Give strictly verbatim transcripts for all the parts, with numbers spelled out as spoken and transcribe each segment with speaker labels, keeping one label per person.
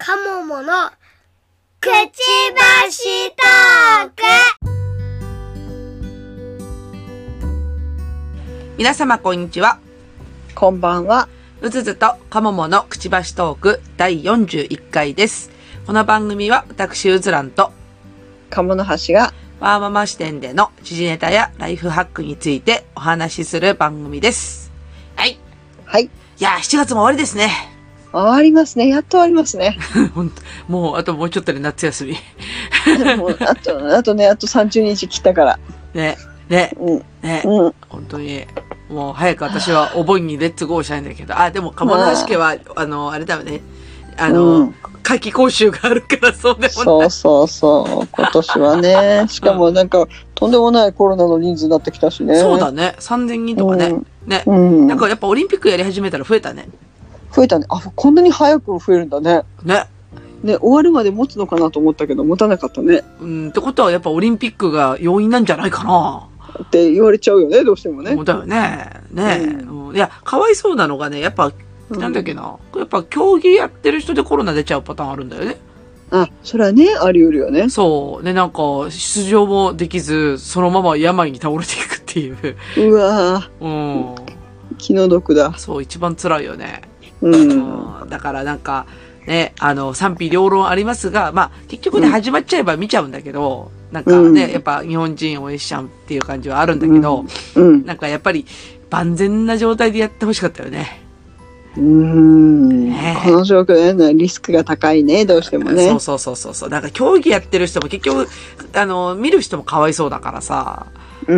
Speaker 1: カモモのくちばしトーク。
Speaker 2: 皆様こんにちは。
Speaker 3: こんばんは。
Speaker 2: うずずとカモモのくちばしトークだいよんじゅういっかいです。この番組は私うずらんと
Speaker 3: カモノハシが
Speaker 2: ワーママ視点での時事ネタやライフハックについてお話しする番組です。はい。
Speaker 3: はい。
Speaker 2: いやーしちがつも終わりですね。
Speaker 3: 終わりますね。やっと終わりますね。
Speaker 2: 本当もうあともうちょっとで夏休み。
Speaker 3: もうあとあとねあとさんじゅうにち切ったから。
Speaker 2: ねね、
Speaker 3: うん、
Speaker 2: ね、
Speaker 3: うん、
Speaker 2: 本当にもう早く私はお盆にレッツゴーしたいんだけど、あでもカモノハシ家はあのあれだよね。あの、うん、夏季講習があるからそうでもない。
Speaker 3: そうそうそう。今年はね。しかもなんか、うん、とんでもないコロナの人数になってきたしね。
Speaker 2: そうだね。さんぜんにんとかね。うん、ね、うん。なんかやっぱオリンピックやり始めたら増えたね。
Speaker 3: 増えたね。あ、こんなに早く増えるんだね。
Speaker 2: ね。
Speaker 3: ね、終わるまで持つのかなと思ったけど、持たなかったね。
Speaker 2: うん、ってことはやっぱオリンピックが要因なんじゃないかな。
Speaker 3: って言われちゃうよね、どうしてもね。
Speaker 2: そうだよね。ね、うん、いや、かわいそうなのがね、やっぱ、なんだっけな、うん、やっぱ競技やってる人でコロナ出ちゃうパターンあるんだよね。
Speaker 3: あ、それはね、あり得るよね。
Speaker 2: そう。ね、なんか、出場もできず、そのまま病に倒れていくっていう。
Speaker 3: うわ
Speaker 2: ぁ。うん。
Speaker 3: 気の毒だ。
Speaker 2: そう、一番辛いよね。
Speaker 3: うん。
Speaker 2: うん、だからなんか、ね、あの、賛否両論ありますが、まあ、結局ね、うん、始まっちゃえば見ちゃうんだけど、なんかね、うん、やっぱ日本人応援しちゃうっていう感じはあるんだけど、
Speaker 3: うんうん、
Speaker 2: なんかやっぱり万全な状態でやってほしかったよね。
Speaker 3: うーん、ね、この状況でのリスクが高いね、どうしてもね。
Speaker 2: そうそうそうそうそう。なんか競技やってる人も結局、あの、見る人もかわいそうだからさ、
Speaker 3: うん、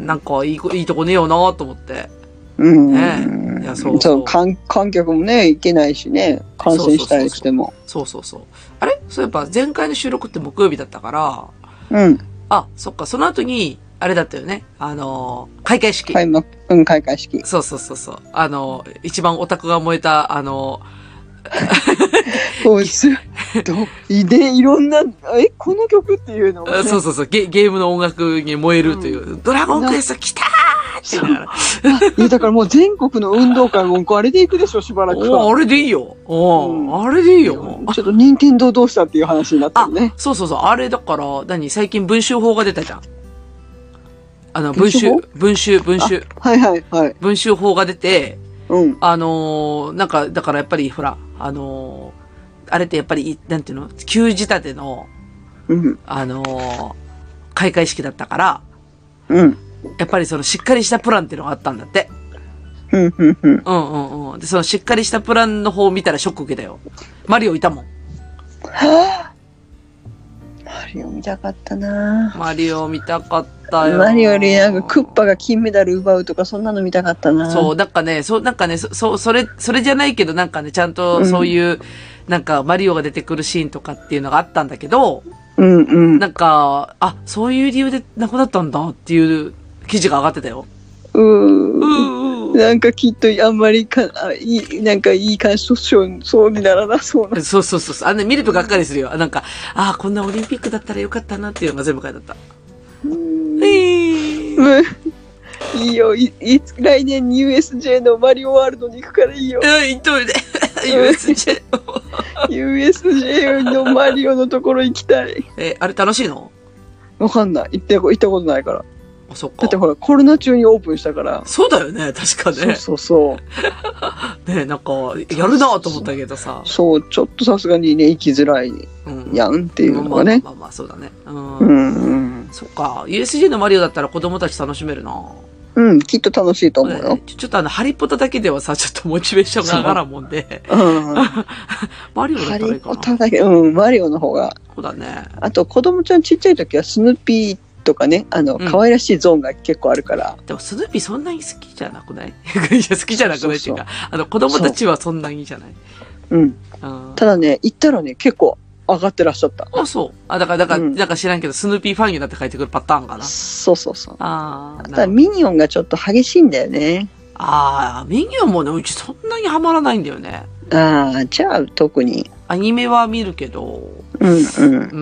Speaker 2: なんかいい、いいとこねえよなと思って。
Speaker 3: うん。
Speaker 2: ね、いや、そうそう。
Speaker 3: そう観、観客もね、いけないしね、感染したりしても。
Speaker 2: そうそうそう。あれそういえば前回の収録って木曜日だったから、
Speaker 3: うん。
Speaker 2: あ、そっか、その後に、あれだったよね。あの、開会式。
Speaker 3: 開幕、うん、開会式。
Speaker 2: そうそうそうそう。あの、一番オタクが燃えた、あの、
Speaker 3: おいす、ど、で、いろんな、え、この曲っていうのが、
Speaker 2: ね、そうそうそうゲ、ゲームの音楽に燃えるという、うん、ドラゴンクエスト来たーって言いながら。
Speaker 3: いや、だからもう全国の運動会もあれで行くでしょ、しばらくは。
Speaker 2: あれでいいよ。お、うん、あれでいいよ、も
Speaker 3: う。ちょっと任天堂どうしたっていう話になったね。
Speaker 2: そうそうそう。あれだから、何最近文集法が出たじゃん。あの、文集、文集、文集。
Speaker 3: はいはいはい。
Speaker 2: 文集法が出て、
Speaker 3: うん。
Speaker 2: あのー、なんか、だからやっぱり、ほら、あのー、あれってやっぱり、なんていうの旧仕立ての、
Speaker 3: うん。
Speaker 2: あのー、開会式だったから、
Speaker 3: うん。
Speaker 2: やっぱりそのしっかりしたプランっていうのがあったんだって。
Speaker 3: うん、うん、うん。
Speaker 2: うんうんうん。で、そのしっかりしたプランの方を見たらショック受けたよ。マリオいたもん。
Speaker 3: はぁ、マリオ見たかったな。
Speaker 2: マリオ見たかったよ。
Speaker 3: マリオよりなんかクッパが金メダル奪うとかそんなの見たかったな。
Speaker 2: そう、なんかね、そう、なんかね、そ、そ、それ、それじゃないけどなんかね、ちゃんとそういう、うん、なんかマリオが出てくるシーンとかっていうのがあったんだけど、
Speaker 3: うんうん。
Speaker 2: なんか、あ、そういう理由でなくなったんだっていう記事が上がってたよ。
Speaker 3: うーん。なんかきっとあんまりか、あいい、なんかいい感想そうにならなそうな。
Speaker 2: そうそうそう。あんな見るとがっかりするよ。なんか、ああ、こんなオリンピックだったらよかったなっていうのが全部書いてあった。
Speaker 3: うーん。えー、いいよ。い、いつ、来年に ユーエスジェー のマリオワールドに行くからいいよ。
Speaker 2: うん、行っといて。ユーエスジェー。
Speaker 3: ユーエスジェー のマリオのところ行きたい。
Speaker 2: え、あれ楽しいの？
Speaker 3: わかんない。行って、行ったことないから。
Speaker 2: あ、そっか。
Speaker 3: だってほら、コロナ中にオープンしたから。
Speaker 2: そうだよね、確かね。
Speaker 3: そうそうそ
Speaker 2: う。ねなんか、やるなと思ったけどさ。
Speaker 3: そう、ちょっとさすがにね、行きづらいやんっていうのがね。
Speaker 2: まあまあまあ、そうだね。
Speaker 3: うん。うんうん。
Speaker 2: そっか。ユーエスジェー のマリオだったら子供たち楽しめるな。
Speaker 3: うん、きっと楽しいと思うよ。
Speaker 2: ちょ、ちょっとあの、ハリポタだけではさ、ちょっとモチベーションが上がらんもんで。
Speaker 3: うん。
Speaker 2: マリオだったらいいかな。ハリ
Speaker 3: ポタだけ、うん、マリオの方が。
Speaker 2: そうだね。
Speaker 3: あと、子供ちゃんちっちゃい時はスヌーピーとかね、あの、可愛らしいゾーンが結構あるから。
Speaker 2: でも、スヌーピーそんなに好きじゃなくない？いや、好きじゃなくないっていうか、あの、子供たちはそんなにじゃない？
Speaker 3: うん。ただね、行ったらね、結構、上がってらっしゃった。
Speaker 2: あ、そう。あ、だから、だから、なんか知らんけど、スヌーピーファンになって帰ってくるパターンかな。
Speaker 3: そうそうそう。
Speaker 2: ああ。
Speaker 3: ただ、ミニオンがちょっと激しいんだよね。
Speaker 2: ああ、ミニオンもね、うちそんなにハマらないんだよね。
Speaker 3: ああ、じゃあ、特に。
Speaker 2: アニメは見るけど。
Speaker 3: うんうん。
Speaker 2: うん。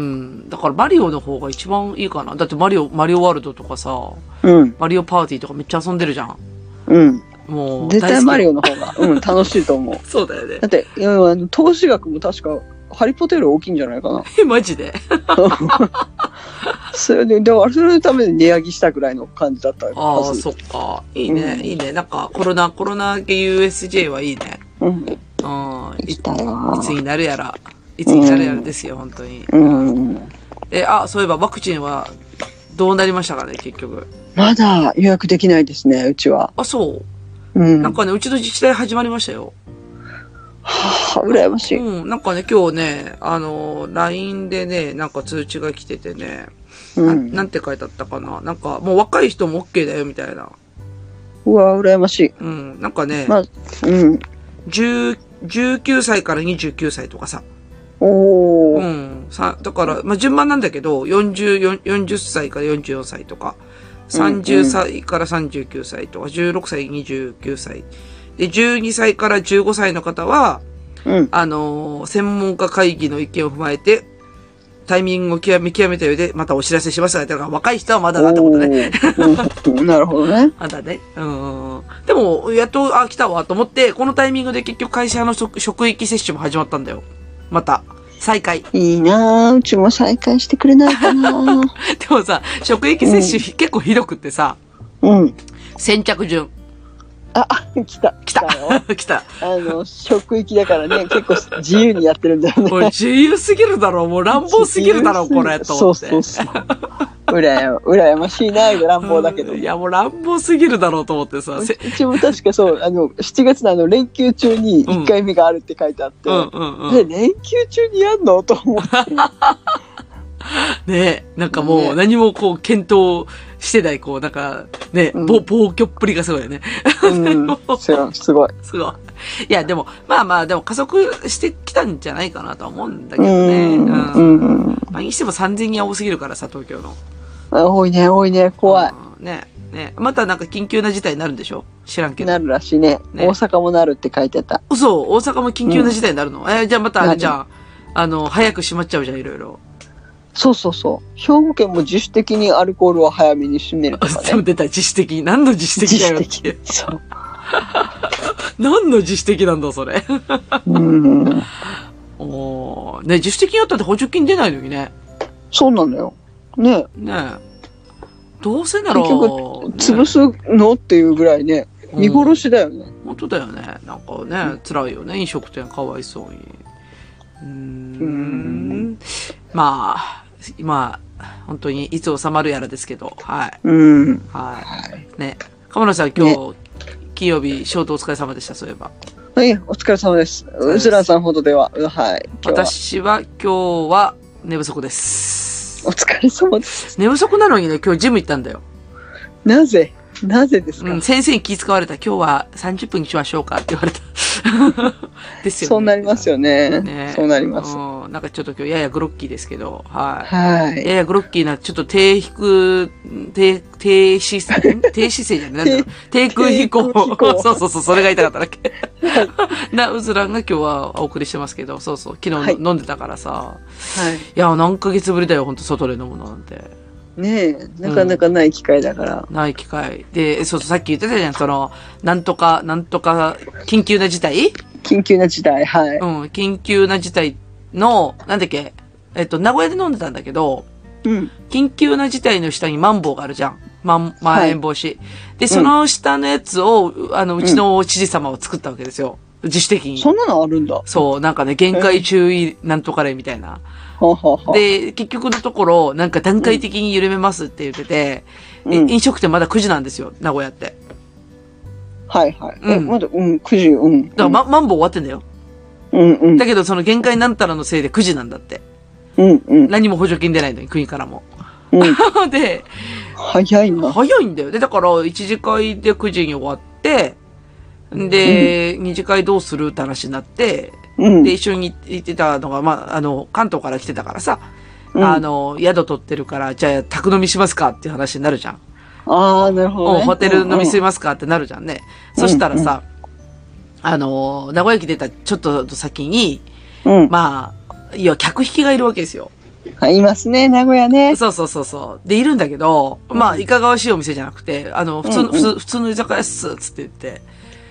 Speaker 2: だからマリオの方が一番いいかな。だってマリオ、マリオワールドとかさ、
Speaker 3: うん。
Speaker 2: マリオパーティーとかめっちゃ遊んでるじゃん。
Speaker 3: うん。
Speaker 2: もう。
Speaker 3: 絶対マリオの方が、うん、楽しいと思う。
Speaker 2: そうだよね。
Speaker 3: だって、いやあの投資額も確か、 ハリポテより大きいんじゃないかな。
Speaker 2: え、マジで
Speaker 3: それで、だからそれのために値上げしたぐらいの感じだった
Speaker 2: ああ、
Speaker 3: はず。
Speaker 2: そっか。いいね、
Speaker 3: うん
Speaker 2: いいね。なんか、コロナ、コロナ系 ユーエスジェー はいいね。
Speaker 3: うん。
Speaker 2: うん。
Speaker 3: 行
Speaker 2: い
Speaker 3: きたいわ
Speaker 2: いつになるやら、いつになるやらですよ、本当に。
Speaker 3: うん。
Speaker 2: え、あ、そういえばワクチンは、どうなりましたかね、結局。
Speaker 3: まだ予約できないですね、うちは。
Speaker 2: あ、そう。
Speaker 3: うん。
Speaker 2: なんかね、うちの自治体始まりましたよ。
Speaker 3: はあ、羨ましい。
Speaker 2: うん。なんかね、今日ね、あの、ライン でね、なんか通知が来ててね、な
Speaker 3: うん。
Speaker 2: なんて書いてあったかな。なんか、もう若い人も OK だよ、みたいな。
Speaker 3: うわ、羨ましい。
Speaker 2: うん。なんかね、
Speaker 3: まあ、うん。
Speaker 2: じゅう、じゅうきゅうさいからにじゅうきゅうさいとかさ。
Speaker 3: おー。
Speaker 2: うん。さ、だから、まあ、順番なんだけど、よんじゅう、よんじゅっさいからよんじゅうよんさいとか、さんじゅっさいからさんじゅうきゅうさいとか、じゅうろくさい、にじゅうきゅうさい。で、じゅうにさいからじゅうごさいの方は、
Speaker 3: うん。
Speaker 2: あのー専門家会議の意見を踏まえて、タイミングを極め、極めた上で、またお知らせしますが、だから若い人はまだなってことね。
Speaker 3: うんうん。なるほどね。
Speaker 2: まだね。うん。でも、やっと、あ、来たわ、と思って、このタイミングで結局会社の職職域接種も始まったんだよ。また。再開。
Speaker 3: いいなぁ。うちも再開してくれないかなぁ。
Speaker 2: でもさ、職域接種、結構ひどくってさ、
Speaker 3: うん。
Speaker 2: 先着順。
Speaker 3: あ、来た。
Speaker 2: 来た
Speaker 3: よ。
Speaker 2: 来た。
Speaker 3: あの、職域だからね、結構自由にやってるんだよね。
Speaker 2: もう自由すぎるだろう、もう乱暴すぎるだろう、これ、と思って。
Speaker 3: そうそうそう。うらや、うらやましいな、乱暴だけど。
Speaker 2: いや、もう乱暴すぎるだろうと思ってさ。
Speaker 3: うちうちも確かそう、あの、しちがつのあの、連休中にいっかいめがあるって書いてあって、
Speaker 2: うんうんうん。
Speaker 3: で、連休中にやんのと思って。
Speaker 2: ねえ、なんかもう
Speaker 3: ね
Speaker 2: 何もこう検討してない、こう、なんか、ね、
Speaker 3: うん
Speaker 2: ぼ、暴挙っぷりがすごいよね。
Speaker 3: うん、そうすごい。
Speaker 2: すごい。いや、でも、まあまあ、でも加速してきたんじゃないかなとは思うんだけ
Speaker 3: う
Speaker 2: どね。
Speaker 3: ん、
Speaker 2: うん。
Speaker 3: うん。
Speaker 2: まあ、にしてもさんぜんにんは多すぎるからさ、東京の。
Speaker 3: あ多いね、多いね、怖い。
Speaker 2: うんね、ね。またなんか緊急な事態になるんでしょ知らんけど。
Speaker 3: なるらしいね。
Speaker 2: ね
Speaker 3: 大阪もなるって書いてた。
Speaker 2: 嘘、大阪も緊急な事態になるの、えーじゃあまたあれじゃ
Speaker 3: な
Speaker 2: ん。あの、早く閉まっちゃうじゃん、いろいろ。
Speaker 3: そうそうそう。兵庫県も自主的にアルコールを早めに閉めるとかね。
Speaker 2: でも出た、自主的。何の自主的だよっ
Speaker 3: 自主
Speaker 2: て。
Speaker 3: 的。そう。
Speaker 2: 何の自主的なんだ、それ。
Speaker 3: うん。
Speaker 2: おーね、自主的にやったって補助金出ないのにね。
Speaker 3: そうなのよ。ね
Speaker 2: ねえ。どうせなら、
Speaker 3: 結局、潰すのっていうぐらいね、見殺しだよね。
Speaker 2: 本当だよね。なんかね、辛いよね、飲食店かわいそうに。うーん。まあ、今、本当にいつ収まるやらですけど、はい。
Speaker 3: うん。
Speaker 2: はい。ね。鎌野さん今日、金曜日、ショートお疲れ様でした、そういえば。
Speaker 3: はい、お疲れ様です。うずらさんほどでは、はい。今日は
Speaker 2: 私は今日は寝不足です。
Speaker 3: お疲れ様です。
Speaker 2: 寝不足なのにね、今日ジム行ったんだよ。
Speaker 3: なぜなぜですか、
Speaker 2: うん、先生に気遣われた。今日はさんじゅっぷんにしましょうかって言われた。ですよね。
Speaker 3: そうなりますよね。
Speaker 2: ね。
Speaker 3: そうなります。
Speaker 2: うん。なんかちょっと今日ややグロッキーですけど、はい。
Speaker 3: はい。
Speaker 2: ややグロッキーな、ちょっと低飛、低、低姿勢、低姿勢じゃないなんだろう低空飛行。
Speaker 3: 低空飛行
Speaker 2: そうそうそう、それが言いたかっただけ。な、うずらんが今日はお送りしてますけど、そうそう、昨日、
Speaker 3: はい
Speaker 2: 飲んでたからさ。
Speaker 3: はい。
Speaker 2: いや、何ヶ月ぶりだよ、ほんと外で飲むのなんて。
Speaker 3: ねえ、なかなかない機会だから。
Speaker 2: ない機会。で、そうそう、さっき言ってたじゃん、その、なんとか、なんとか、緊急な事態
Speaker 3: 緊急な事態、はい。
Speaker 2: うん、緊急な事態の、なんだっけ、えっと、名古屋で飲んでたんだけど、
Speaker 3: うん。
Speaker 2: 緊急な事態の下にマンボウがあるじゃん。まん、まん延防止。で、その下のやつを、あの、うちの知事様は作ったわけですよ。自主的に。
Speaker 3: そんなのあるんだ。
Speaker 2: そう、なんかね、限界注意なんとか例みたいな。
Speaker 3: ははは。
Speaker 2: で、結局のところ、なんか段階的に緩めますって言ってて、
Speaker 3: うん
Speaker 2: え飲食店まだくじなんですよ、名古屋って。
Speaker 3: はいはい。え、
Speaker 2: うん
Speaker 3: まだ、うん、くじ、うん。
Speaker 2: だから、ま、マンボウ終わってんだよ。
Speaker 3: うんうん。
Speaker 2: だけど、その限界なんたらのせいでくじなんだって。
Speaker 3: うんうん。
Speaker 2: 何も補助金出ないのに、国からも。
Speaker 3: うん。
Speaker 2: で、
Speaker 3: 早いな。
Speaker 2: 早いんだよ。で、だから、一次会でくじに終わって、で、二次会どうするって話になって、
Speaker 3: うん。
Speaker 2: で、一緒に行ってたのが、まあ、あの、関東から来てたからさ、
Speaker 3: うん
Speaker 2: あの、宿取ってるから、じゃあ、宅飲みしますかっていう話になるじゃん。
Speaker 3: ああ、なるほど、ね。
Speaker 2: うんホテル飲みす
Speaker 3: る。
Speaker 2: みますかってなるじゃんね。そしたらさ、あの、名古屋駅出たちょっと先に、
Speaker 3: うん。
Speaker 2: まあ、いや、客引きがいるわけですよ。
Speaker 3: あ、いますね、名古屋ね。
Speaker 2: そうそうそうそう。で、いるんだけど、まあ、いかがわしいお店じゃなくて、あの、普通の、
Speaker 3: うんうん
Speaker 2: 普通、普通の居酒屋っす、つって言って。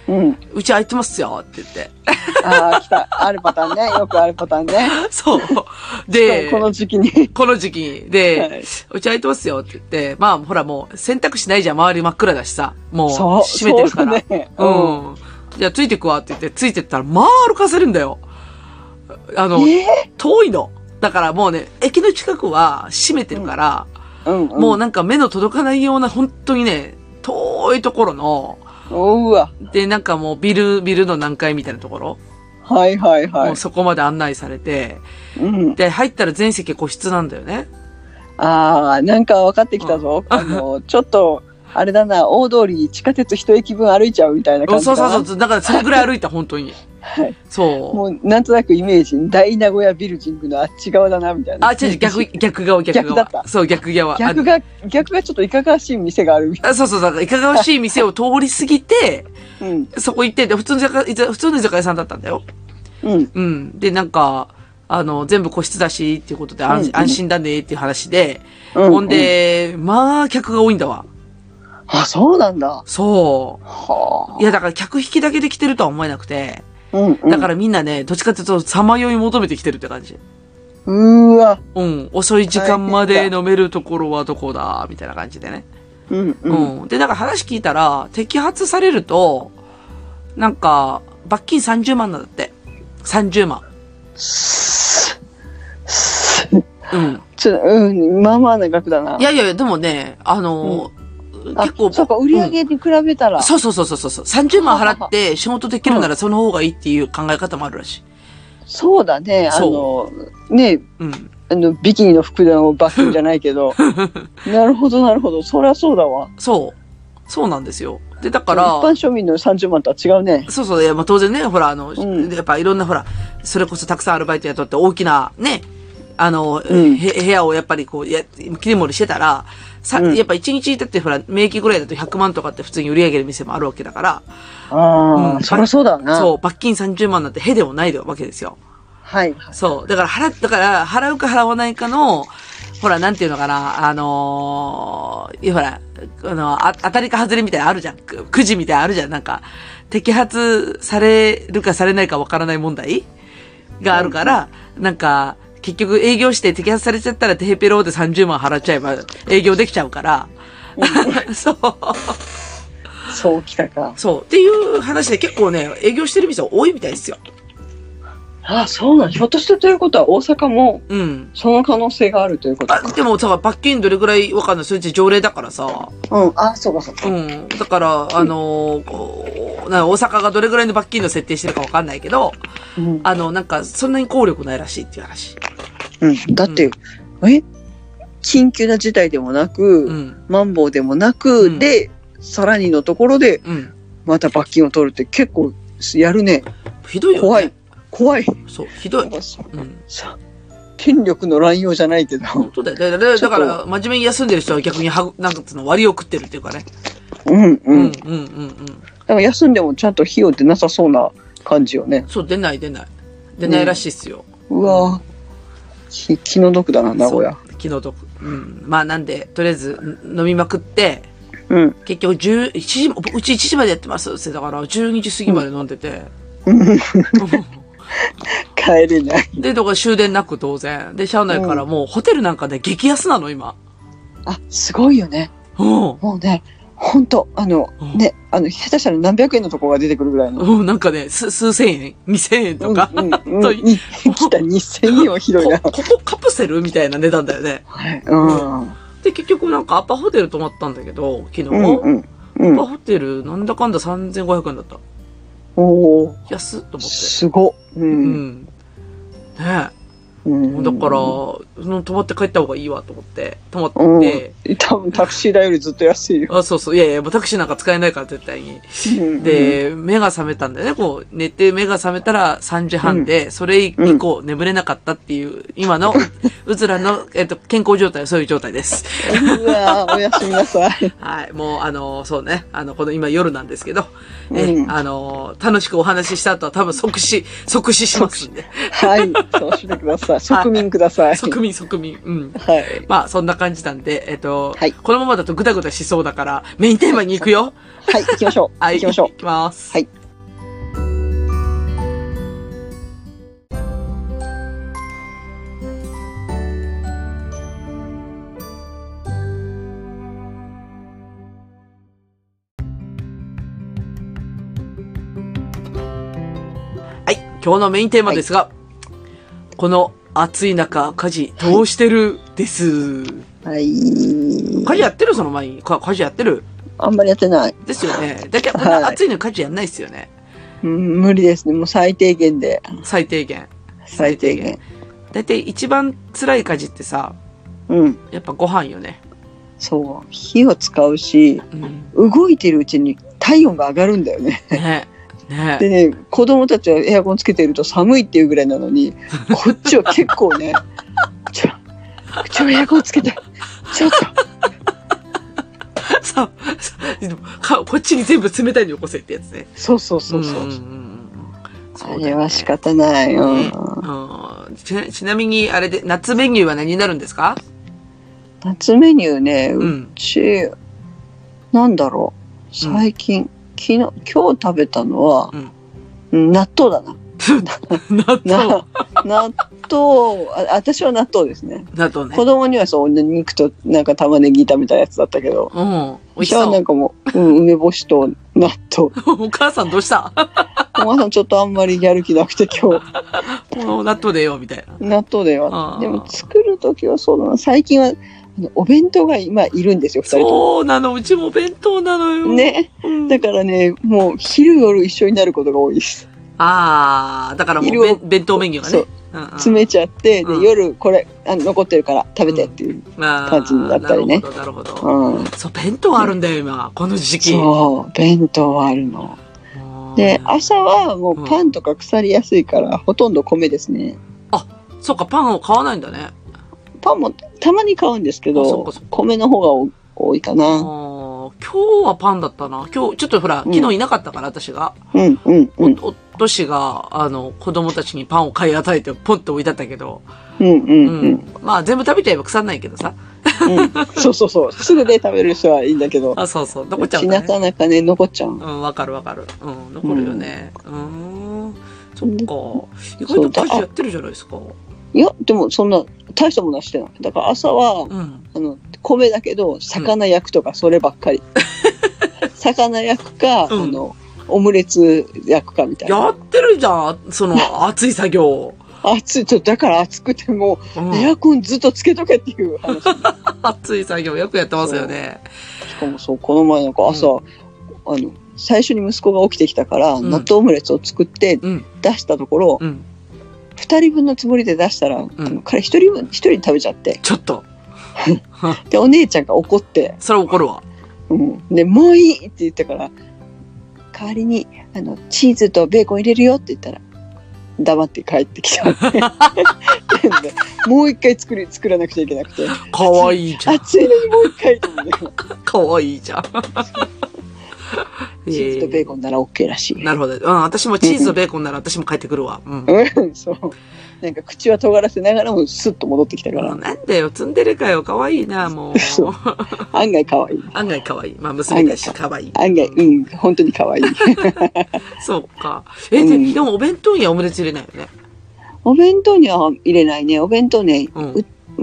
Speaker 3: うん。
Speaker 2: うち空いてますよって言って。
Speaker 3: ああ、来た。あるパターンね。よくあるパターンね。
Speaker 2: そう。で、
Speaker 3: この時期に。
Speaker 2: この時期に。で、はい、うち空いてますよって言って、まあ、ほらもう選択肢ないじゃん。周り真っ暗だしさ。もう、閉めてるから。うね、うん。うん。じゃあついてくわって言って、ついてったら、まあ歩かせるんだよ。あの、えー、遠いの。だからもうね、駅の近くは閉めてるから、うんうんうん、もうなんか目の届かないような、本当にね、遠いところの、
Speaker 3: うわ。
Speaker 2: で、なんかもうビル、ビルの何階みたいなところ。
Speaker 3: はいはいはい。
Speaker 2: もうそこまで案内されて、うん、で、入ったら全席個室なんだよね。
Speaker 3: ああ、なんか分かってきたぞ。うん、あの、ちょっと、あれだな、大通り地下鉄一駅分歩いちゃうみたいな感じかな。
Speaker 2: そうそうそう。だからそれぐらい歩いた、本当に。はい。そう。
Speaker 3: もう、なんとなくイメージ、大名古屋ビルジングのあっち側だな、みたいな。
Speaker 2: あ、違う違う、逆、逆側、逆側。逆だった。そう、逆側。
Speaker 3: 逆が、逆がちょっといかがわしい店があるみたいな。
Speaker 2: そうそうそう、いかがわしい店を通り過ぎて、うん、そこ行って、で、普通の居酒屋、普通の居酒屋さんだったんだよ。うん。うん。で、なんか、あの、全部個室だし、っていうことで安、うんうん、安心だね、っていう話で、うんうん、ほんで、まあ、客が多いんだわ。
Speaker 3: あ、そうなんだ。
Speaker 2: そう。はあ。いや、だから客引きだけで来てるとは思えなくて、うんうん、だからみんなね、どっちかっていうと、さまよい求めてきてるって感じ。
Speaker 3: うーわ。
Speaker 2: うん。遅い時間まで飲めるところはどこだみたいな感じでね。うんうん。うん。で、なんか話聞いたら、摘発されると、なんか、罰金さんじゅうまんなんだって。さんじゅうまん。
Speaker 3: うん。ちょ、うん、まあまあな額だな。
Speaker 2: いやいやいや、でもね、あの、うん、結構。
Speaker 3: そうか、売り上げに比べたら、うん。
Speaker 2: そうそうそうそうそう。さんじゅうまん払って仕事できるならその方がいいっていう考え方もあるらしい。
Speaker 3: そうだね。あの、ね、うん。あの、ビキニの服のバッグじゃないけど。なるほど、なるほど。そりゃそうだわ。
Speaker 2: そう。そうなんですよ。で、だから。
Speaker 3: 一般庶民のさんじゅうまんとは違うね。
Speaker 2: そうそう。いや、まあ当然ね、ほら、あの、うん、やっぱいろんなほら、それこそたくさんアルバイト雇って大きなね、あの、うん、部屋をやっぱりこう、や、切り盛りしてたら、さ、うん、やっぱ一日だってほら、名義ぐらいだとひゃくまんとかって普通に売り上げる店もあるわけだから。
Speaker 3: ああ、うん、そりゃそうだな。
Speaker 2: そう、罰金さんじゅうまんなんてへでもないわけですよ。
Speaker 3: はい。
Speaker 2: そう。だから払、だから払うか払わないかの、ほら、なんていうのかな、あのー、いやほら、あの、あ、当たりか外れみたいなのあるじゃん。く、くじみたいなのあるじゃん。なんか、摘発されるかされないかわからない問題があるから、うん、なんか、結局営業して摘発されちゃったらテヘペローでさんじゅうまん払っちゃえば営業できちゃうから。うん、そう。
Speaker 3: そうきたか。
Speaker 2: そう。っていう話で結構ね、営業してる店多いみたいですよ。
Speaker 3: ああ、そうなん。ひょっとしてということは大阪も、うん。その可能性があるということか。
Speaker 2: あ、でもさ、罰金どれぐらいわかんない。それって条例だからさ。
Speaker 3: うん。あ、そうかそうか。
Speaker 2: うん。だから、あのー、な大阪がどれぐらいの罰金の設定してるかわかんないけど、うん、あの、なんか、そんなに効力ないらしいっていう話。
Speaker 3: うん。だって、うん、え緊急な事態でもなく、うん、マンボウでもなく、うん、で、さらにのところで、うん、また罰金を取るって結構やるね。
Speaker 2: ひどいよね。
Speaker 3: 怖い。怖い。
Speaker 2: そう、ひどい。うん、
Speaker 3: 権力の乱用じゃないけど。
Speaker 2: 本当だよ。だから、だから真面目に休んでる人は逆には、なんかつの割を食ってるっていうかね。
Speaker 3: うんうん。うんうんうんうん。だから休んでもちゃんと費用出なさそうな感じよね。
Speaker 2: そう、出ない出ない。出ないらしいっすよ。
Speaker 3: うん、うわぁ、気の毒だな、名古屋。
Speaker 2: 気の毒。うん。まあなんで、とりあえず飲みまくって、うん。結局じゅういちじ、うちいちじまでやってますってだからじゅうにじ過ぎまで飲んでて。うん。
Speaker 3: 帰れない。
Speaker 2: で、だから終電なく当然。で、車内からもう、ホテルなんかで激安なの、今。
Speaker 3: あ、すごいよね。
Speaker 2: うん。
Speaker 3: もうね、ほんと、あの、うん、ね、あの、下手したら何百円のとこが出てくるぐらいの。
Speaker 2: うん、なんかね、す、数千円二千円とか。うん、うん、
Speaker 3: うん。に、来たにせんえんはひどいな
Speaker 2: こ。ここカプセルみたいな値段だよね。
Speaker 3: はい。うん。
Speaker 2: で、結局なんかアパホテル泊まったんだけど、昨日。うん、うん。アパホテル、なんだかんださんぜんごひゃくえんだった。
Speaker 3: おお。
Speaker 2: 安っと思って。
Speaker 3: すご。うん。うん
Speaker 2: ねえ。うん、だから、その泊まって帰った方がいいわと思って、泊まって。
Speaker 3: うん、多分タクシー代よりずっと安いよ。
Speaker 2: あ、そうそう。いやいや、もうタクシーなんか使えないから絶対に。で、目が覚めたんだよね。こう、寝て目が覚めたらさんじはんで、うん、それ以降眠れなかったっていう、今の、うずらの、えっと、健康状態はそういう状態です。
Speaker 3: うわー、おやすみなさい。
Speaker 2: はい。もう、あの、そうね。あの、この今夜なんですけど、え、うん、あの、楽しくお話しした後は多分即死、即死しますんで。
Speaker 3: はい。そうしてください。側面ください。
Speaker 2: 側面、側面。うん。
Speaker 3: はい。
Speaker 2: まあ、そんな感じなんで、えっと、はい、このままだとグダグダしそうだから、メインテーマに行くよ。
Speaker 3: はい、行きましょう。
Speaker 2: はい、
Speaker 3: 行きましょう。
Speaker 2: 行きます。
Speaker 3: はい。
Speaker 2: 今日のメインテーマですが、はい、この暑い中、家事どうしてるです。
Speaker 3: はい。
Speaker 2: 家事やってるその前に。家事やってる
Speaker 3: あんまりやってない。
Speaker 2: ですよね。だけど、こんな暑いのに家事やんないですよね。
Speaker 3: うん、無理ですね。もう最低限で。
Speaker 2: 最低限。
Speaker 3: 最低限。
Speaker 2: だいたい一番辛い家事ってさ、
Speaker 3: うん。
Speaker 2: やっぱご飯よね。
Speaker 3: そう。火を使うし、うん、動いてるうちに体温が上がるんだよね。
Speaker 2: ね。ね。
Speaker 3: でね、子供たちはエアコンつけてると寒いっていうぐらいなのに、こっちは結構ね、ちょ、ちょ、エアコンつけて、ちょっと。
Speaker 2: そう、そうこっちに全部冷たいのよこせってやつね。
Speaker 3: そうそうそうそう。うんうんうん、あれは仕方ないよ、ね
Speaker 2: うんち。ちなみに、あれで、夏メニューは何になるんですか？
Speaker 3: 夏メニューね、うち、うん、なんだろう、最近、うん、昨日、今日食べたのは、うん、納豆だな。
Speaker 2: 納豆
Speaker 3: 納豆あ、私は納豆ですね。
Speaker 2: 納豆ね。
Speaker 3: 子供にはそう、肉となんか玉ねぎ炒めたやつだったけど、
Speaker 2: うん、
Speaker 3: 美味しそう。私はなんかもう、うん、梅干しと納豆。
Speaker 2: お母さんどうした？
Speaker 3: お母さんちょっとあんまりやる気なくて今日。
Speaker 2: もう納豆でよみたいな。
Speaker 3: 納豆でよ。でも作るときはそうだな。最近はお弁当が今いるんですよ、二人とも。
Speaker 2: そうなの、うちもお弁当なのよ。
Speaker 3: ね。うん、だからね、もう昼夜一緒になることが多いです。
Speaker 2: ああ、だからもう弁当メニューがね。
Speaker 3: うんうん、詰めちゃって、で、うん、夜これあの残ってるから食べてっていう感じだったりね。
Speaker 2: なるほど、なるほど。うん、そう、弁当あるんだよ、今。この時期。
Speaker 3: そう、弁当はあるの。で、朝はもうパンとか腐りやすいから、うん、ほとんど米ですね。
Speaker 2: あ、そっか、パンを買わないんだね。
Speaker 3: パンもたまに買うんですけど、米の方が多いかな。
Speaker 2: 今日はパンだったな。今日、ちょっとほら、昨日いなかったから、私が。
Speaker 3: うん、うん、うん。
Speaker 2: お、おとしが、あの、子供たちにパンを買い与えて、ポンと置いてあったけど。
Speaker 3: うん、うん、うん。
Speaker 2: まあ、全部食べちゃえば腐んないけどさ。
Speaker 3: うん、そうそうそう。すぐで食べる人はいいんだけど。
Speaker 2: あ、そうそう。残っちゃうんだね。
Speaker 3: なかなかね、残っちゃう。
Speaker 2: うん、わかるわかる。うん、残るよね。うん、ん。そっか。意外と家事やってるじゃないですか。
Speaker 3: いや、でもそんな、大したものはしてない。だから朝は、うん、あの、米だけど、魚焼くとか、そればっかり。うん、魚焼くか、うん、あの、オムレツ焼くかみたいな。
Speaker 2: やってるじゃん、その、熱い作業。
Speaker 3: 暑いと、だから暑くても、うん、エアコンずっとつけとけっていう話。
Speaker 2: 熱い作業よくやってますよね。
Speaker 3: しかもそう、この前なんか朝、うん、あの、最初に息子が起きてきたから、うん、納豆オムレツを作って出したところ、うん、二人分のつもりで出したら、うん、あの彼一人分、一人食べちゃって。
Speaker 2: ちょっと。
Speaker 3: で、お姉ちゃんが怒って。
Speaker 2: それ怒るわ。
Speaker 3: うん。で、もういいって言ってから、代わりに、あの、チーズとベーコン入れるよって言ったら、黙って帰ってきた。もう一回作り、作らなくちゃいけなくて。
Speaker 2: かわいいじゃん。
Speaker 3: 暑いのにもう一回と思って。
Speaker 2: かわいいじゃん。
Speaker 3: チーズとベーコンなら OK らしい。
Speaker 2: なるほど。うん、私もチーズとベーコンなら私も帰ってくるわ。うん。
Speaker 3: うん、そう。なんか口は尖らせながらもスッと戻ってきたから。
Speaker 2: なんだよ、ツンデレかよ。かわいいな、もう。
Speaker 3: そう。案外かわいい。
Speaker 2: 案外かわいい。まあ、娘だしかわいい。
Speaker 3: 案外、うん、本当にかわいい。
Speaker 2: そうか。え、で、うん、でもお弁当にはオムレツ入れないよね。
Speaker 3: お弁当には入れないね。お弁当ね、うん、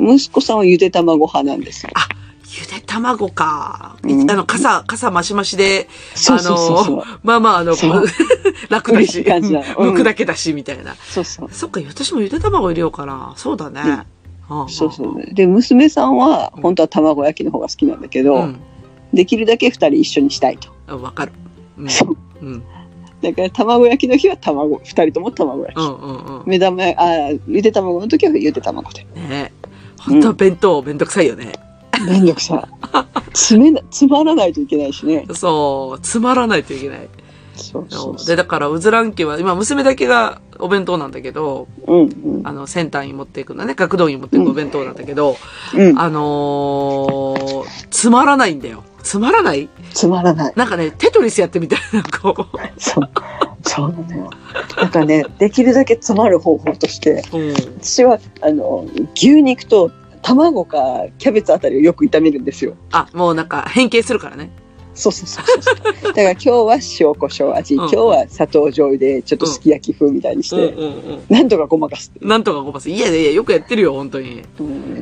Speaker 3: 息子さんはゆで卵派なんですよ。
Speaker 2: あ、ゆで卵か。うん、あの、傘、傘マシマシで、あの、まあまあ、あの、楽だし、剥くだけだし、みたいな。
Speaker 3: そうそう。
Speaker 2: そっか、私もゆで卵入れようかな。そうだね。
Speaker 3: うん、そうそう。で、娘さんは、本当は卵焼きの方が好きなんだけど、うん、できるだけ二人一緒にしたいと。
Speaker 2: わかる。
Speaker 3: うん、そう。うんだから卵焼きの日は卵、二人とも卵焼き。うんうんうん、目玉、あゆで卵の時はゆで卵で。
Speaker 2: ねえ。本当は弁当、うん、めんどくさいよね。
Speaker 3: めんどくさい。つめな、つまらないといけないしね。
Speaker 2: そう、つまらないといけない。
Speaker 3: そうそうそう。
Speaker 2: で、だから、うずらん家は、今、娘だけがお弁当なんだけど、うんうん、あの、センターに持っていくのね、学童に持っていくお弁当なんだけど、うん、あのー、つまらないんだよ。つまらない
Speaker 3: つまらない。
Speaker 2: なんかね、テトリスやってみたいな、こう。
Speaker 3: そう。そうなのよ。なんかね、できるだけ詰まる方法として、うん、私は、あの、牛肉と卵かキャベツあたりをよく炒めるんですよ。
Speaker 2: あ、もうなんか変形するからね。
Speaker 3: そうそうそうそう。だから今日は塩コショウ味、うん、今日は砂糖醤油でちょっとすき焼き風みたいにして、うんうんうんうん、なんとかごまかす。
Speaker 2: なんとかごまかす。いやいや、よくやってるよ、本当に。
Speaker 3: うん、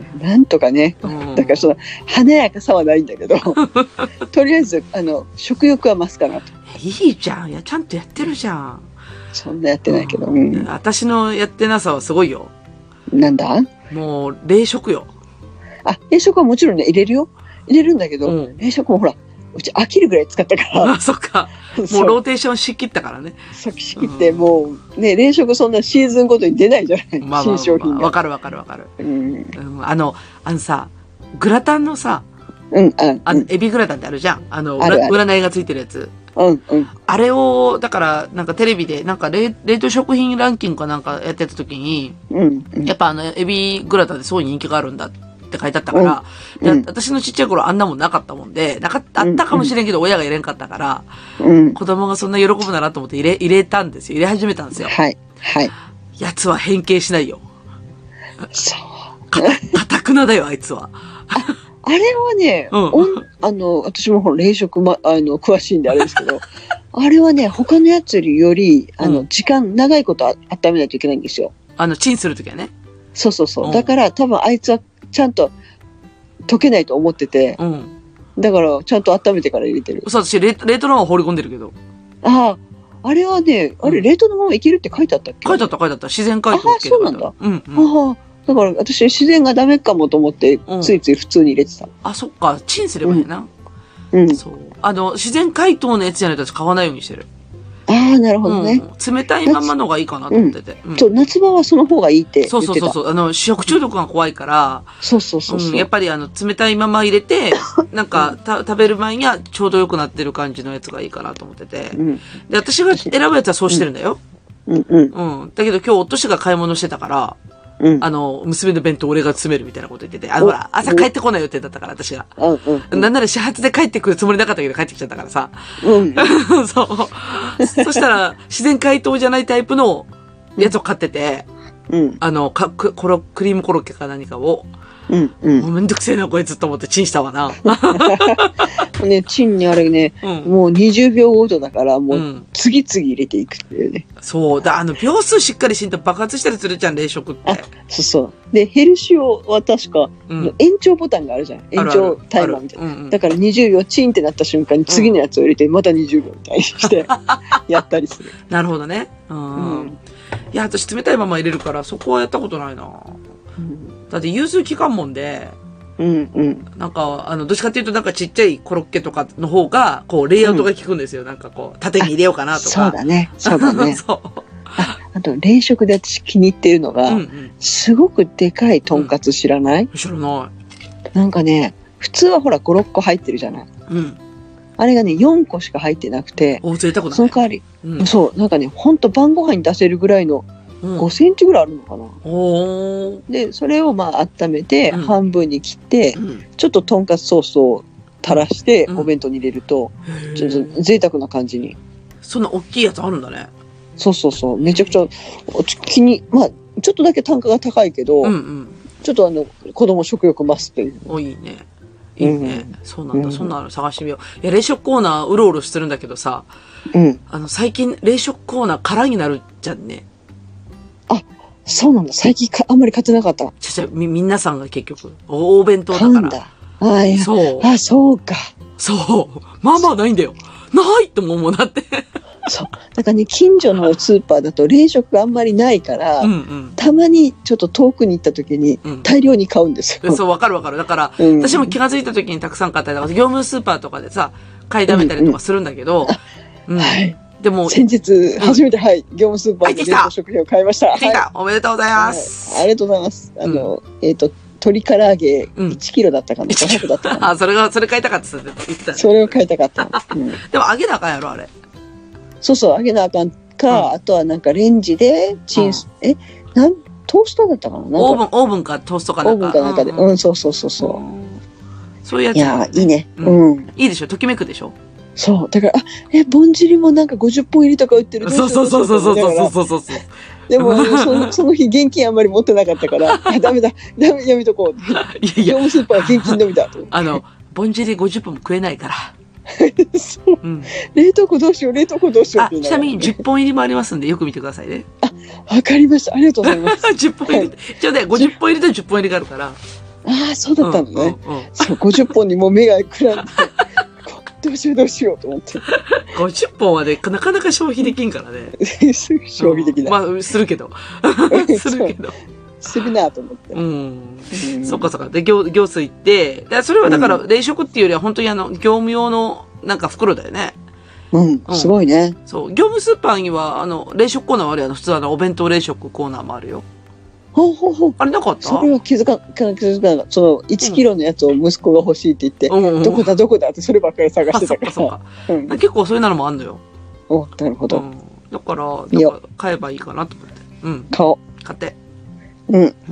Speaker 3: なんとかね。うん、だからその、華やかさはないんだけど、とりあえず、あの、食欲は増すかなと。
Speaker 2: いいじゃん。いや、ちゃんとやってるじゃん。
Speaker 3: そんなやってないけど。うん。
Speaker 2: 私のやってなさはすごいよ。
Speaker 3: なんだ？
Speaker 2: もう、冷食よ。
Speaker 3: あ、冷食はもちろんね、入れるよ。入れるんだけど、うん、冷食もほら、うち飽きるぐらい使ったから。
Speaker 2: あ、そっか。もうローテーションしきったからね。
Speaker 3: さっきしきって、うん、もう、ね、冷食そんなシーズンごとに出ないじゃない。
Speaker 2: まあまあまあ、新商品が。わかるわかるわかる。うん、うん、あの、あのさ、グラタンのさ、
Speaker 3: うん、あ、
Speaker 2: あの、エビグラタンってあるじゃん。あの、あるある占いがついてるやつ。
Speaker 3: うん、うん。
Speaker 2: あれを、だから、なんかテレビで、なんか冷、冷凍食品ランキングかなんかやってた時に、うん、うん、やっぱあの、エビグラタンってすごい人気があるんだって書いてあったから、うん、私のちっちゃい頃あんなもんなかったもんで、なかあったかもしれんけど、親が入れんかったから、うん、子供がそんな喜ぶならと思って入れ、入れたんですよ。入れ始めたんですよ。
Speaker 3: はい。はい。
Speaker 2: やつは変形しないよ。
Speaker 3: そう。
Speaker 2: か、かたくなだよ、あいつは。
Speaker 3: あれはね、うん、あの、私もほら、冷食、ま、あの、詳しいんであれですけど、あれはね、他のやつより、あの、うん、時間、長いことあ温めないといけないんですよ。
Speaker 2: あの、チンするときはね。
Speaker 3: そうそうそう。うん、だから、多分あいつは、ちゃんと、溶けないと思ってて、うん、だから、ちゃんと温めてから入れてる。
Speaker 2: そう、私、冷凍のまま放り込んでるけど。
Speaker 3: ああ、あれはね、あれ、冷凍のままいけるって書いてあったっけ？
Speaker 2: 書いてあった、書いてあった。自然解凍。
Speaker 3: ああ、そうなんだ。
Speaker 2: うん、うん。
Speaker 3: ああ。だから私自然がダメかもと思って、ついつい普通に入れてた。うん、
Speaker 2: あ、そっか。チンすればいいな。
Speaker 3: うん。
Speaker 2: そう。あの、自然解凍のやつじゃないと買わないようにしてる。
Speaker 3: ああ、なるほどね、
Speaker 2: うん。冷たいままのがいいかなと思ってて。
Speaker 3: うん、そう、夏場はその方がいいって言ってた。
Speaker 2: そうそうそう。あの、食中毒が怖いから。
Speaker 3: そうそうそうそう、
Speaker 2: うん。やっぱりあの、冷たいまま入れて、なんか、た、食べる前にはちょうど良くなってる感じのやつがいいかなと思ってて。うん、で、私が選ぶやつはそうしてるんだよ。
Speaker 3: うん、うん、
Speaker 2: うん。だけど今日、夫氏が買い物してたから、うん、あの、娘の弁当俺が詰めるみたいなこと言ってて、あの、ほら、朝帰ってこない予定だったから、私が。うんうん、なんなら始発で帰ってくるつもりなかったけど帰ってきちゃったからさ。うん、そう。そしたら、自然解凍じゃないタイプのやつを買ってて、うん、あの、か、く、このクリームコロッケか何かを、うんうん、もうめんどくせえな、こいつと思ってチンしたわな。
Speaker 3: ね、チンにあれね、うん、もうにじゅうびょうごとだから、もう次々入れていくっていうね。
Speaker 2: そう。だ、あの、秒数しっかりしんと爆発したりするじゃん、冷食って。
Speaker 3: あ、そうそう。で、ヘルシオは確か、うん、延長ボタンがあるじゃん。延長タイマーみたいな。あるあるうんうん、だからにじゅうびょうチンってなった瞬間に次のやつを入れて、またにじゅうびょうみたいにして、やったりする。
Speaker 2: なるほどね。うん。うん、いや、私冷たいまま入れるから、そこはやったことないな。うん、だって融通期間もんで、うんうん。なんか、あの、どっちかっていうとなんかちっちゃいコロッケとかの方が、こう、レイアウトが効くんですよ。うん、なんかこう、縦に入れようかなとか。
Speaker 3: そうだね。そうだね。
Speaker 2: そう。
Speaker 3: あ、あと、冷食で私気に入ってるのが、うんうん、すごくでかいとんかつ知らない？うん、
Speaker 2: 知らない。
Speaker 3: なんかね、普通はほらご、ろっこ入ってるじゃない。うん。あれがね、よんこしか入ってなくて、
Speaker 2: お、贅沢だね。
Speaker 3: その代わり、うん、そう、なんかね、ほんと晩ご飯に出せるぐらいの、ごセンチぐらいあるのかな、うん、でそれをまあ温めて、うん、半分に切って、うん、ちょっととんかつソースを垂らして、うん、お弁当に入れると、うん、ちょっと贅沢な感じに。
Speaker 2: そんな大きいやつあるんだね。
Speaker 3: そうそうそう、めちゃくちゃ気に、まあちょっとだけ単価が高いけど、うんうん、ちょっとあの子供食欲増すという。
Speaker 2: お、いいねいいね、うん、そうなんだ、うん、そんなの探してみよう。いや、冷食コーナーうろうろしてるんだけどさ、うん、あの最近冷食コーナー空になるじゃんね。
Speaker 3: あ、そうなんだ。最近かあんまり買ってなかった。
Speaker 2: ちょみ、皆さんが結局、お弁当だから。買うんだ。
Speaker 3: ああ、いや。そう。あ、そうか。
Speaker 2: そう。まあまあないんだよ。ないとも思うなって。
Speaker 3: そう。だからね、近所のスーパーだと冷食があんまりないから、うんうん、たまにちょっと遠くに行った時に大量に買うんですよ。
Speaker 2: うん、そう、わかるわかる。だから、うん、私も気がついた時にたくさん買ったり、業務スーパーとかでさ、買いだめたりとかするんだけど、うんうん、はい。でも、
Speaker 3: 先日、初めて、うん、はい、業務スーパーで冷凍食品を買いました。
Speaker 2: はい、おめでとうございます、
Speaker 3: はい。ありがとうございます。あの、うん、えっ、ー、と、鶏唐揚げいちキロだったかな、うん、ごひゃくだったかな。
Speaker 2: あ、それが、それ買いたかったって言ってた。
Speaker 3: それを買いたかった。うん、
Speaker 2: でも揚げなあかんやろ、あれ。
Speaker 3: そうそう、揚げなあかんか、うん、あとはなんかレンジでチンス、うん、え、なん、トースターだったかな、なんか
Speaker 2: オーブン、オーブンかトーストかなんか。
Speaker 3: オーブンかなんかで。うん、うん、そうそうそうそう。
Speaker 2: そういうやつ。
Speaker 3: いや、いいね。
Speaker 2: うん。うん、いいでしょ、ときめくでしょ。
Speaker 3: そう。だから、あ、え、ぼんじりもなんかごじゅっぽん入りとか売ってる。
Speaker 2: そうそうそうそうそうそうそうそう。
Speaker 3: でも、その、その日現金あんまり持ってなかったから、あ、ダメだ、ダメ、やめとこう。いやいや。業務スーパーは現金のみだと。
Speaker 2: あの、ぼんじりごじゅっぽんも食えないから。
Speaker 3: そう、うん。冷凍庫どうしよう、冷凍庫どうしようって
Speaker 2: 言いながら。あ、ちなみにじゅっぽん入りもありますんで、よく見てくださいね。
Speaker 3: あ、わかりました。ありがとうございます。
Speaker 2: じゅっぽん入り。一応ね、ごじゅっぽん入りとじゅっぽん入りがあるから。
Speaker 3: ああ、そうだったのね。うんうんうん、そう、ごじゅっぽんにもう目がくらんで。 どうしようどうしようと思って。
Speaker 2: ごじゅっぽんはね、なかなか消費できんからね。
Speaker 3: 消費できない。
Speaker 2: まあ、するけど。するけど。
Speaker 3: するなと思って。
Speaker 2: うん。うん、そっかそっか。で、行、行水行って、それはだから、冷食っていうよりは本当にあの、業務用のなんか袋だよね。
Speaker 3: うん、うん、すごいね。
Speaker 2: そう。業務スーパーには、あの、冷食コーナーもあるよ。普通あの、お弁当冷食コーナーもあるよ。
Speaker 3: ほうほうほう。
Speaker 2: あれなかった？
Speaker 3: それは気づか、気づかなかった。その、いちキロのやつを息子が欲しいって言って、うん、どこだどこだってそればっかり探してたから。そうかそうか、うん。結
Speaker 2: 構そういうのもあんのよ。
Speaker 3: お、なるほど。うん、
Speaker 2: だから、だから買えばいいかなと思って。うん。
Speaker 3: 買おう。
Speaker 2: 買って。
Speaker 3: うん。
Speaker 2: うん。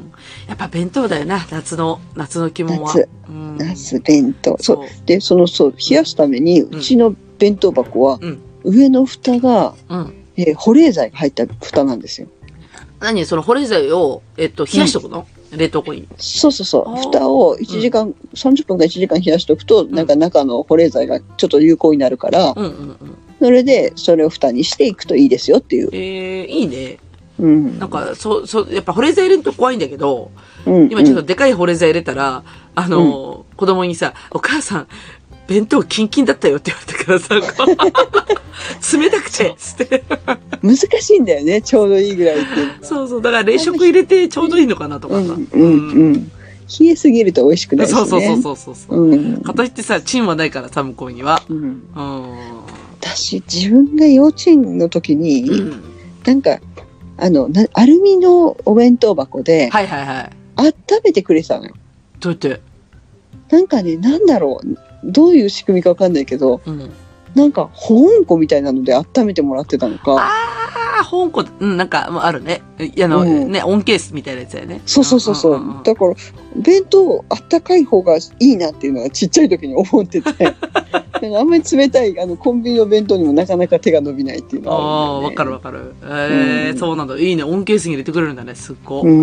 Speaker 2: やっぱ弁当だよな、夏の、夏の肝は。
Speaker 3: 夏。うん、夏弁当。そう。で、その、そう、冷やすために、うちの弁当箱は、うん、上の蓋が、うん、えー、保冷剤が入った蓋なんですよ。
Speaker 2: 何その保冷剤を、えっと、冷やしとくの、うん、冷凍庫に。
Speaker 3: そうそうそう。蓋をいちじかん、うん、さんじゅっぷんかいちじかん冷やしとくと、うん、なんか中の保冷剤がちょっと有効になるから、うんうんうん、それで、それを蓋にしていくといいですよっていう。
Speaker 2: えー、いいね。
Speaker 3: うん。
Speaker 2: なんか、そう、そう、やっぱ保冷剤入れると怖いんだけど、うん、今ちょっとでかい保冷剤入れたら、あの、うん、子供にさ、お母さん、弁当キンキンだったよって言われたからさ、冷たくて、つって。
Speaker 3: 難しいんだよね、ちょうどいいぐらいって。
Speaker 2: そうそう、だから冷食入れてちょうどいいのかなとかさ。うん、
Speaker 3: うん、うん。冷えすぎると美味しくないしね。
Speaker 2: そうそうそうそうそう。うん。かといってさ、チンはないからさ、向こうには。うん。うん、
Speaker 3: 私、自分が幼稚園の時に、うん、なんか、あの、なアルミのお弁当箱で、
Speaker 2: はいはいはい。
Speaker 3: 温めてくれてたのよ。
Speaker 2: どうやって？
Speaker 3: なんかね、なんだろう。どういう仕組みかわかんないけど、うん、なんか保温庫みたいなので温めてもらってたのか。
Speaker 2: ああ、保温庫、うん、なんかあるね。あの、うん、ね、温ケースみたいなやつだよね。
Speaker 3: そうそうそうそう。うんうんうん、だから、弁当あったかい方がいいなっていうのがちっちゃい時に思ってて、あんまり冷たいあのコンビニの弁当にもなかなか手が伸びないっていうのはあるんだよね。ああ、わかるわかる。えー、うん、そうなんだ。いいね。温ケースに入れてくれるんだね、すっごい。うん。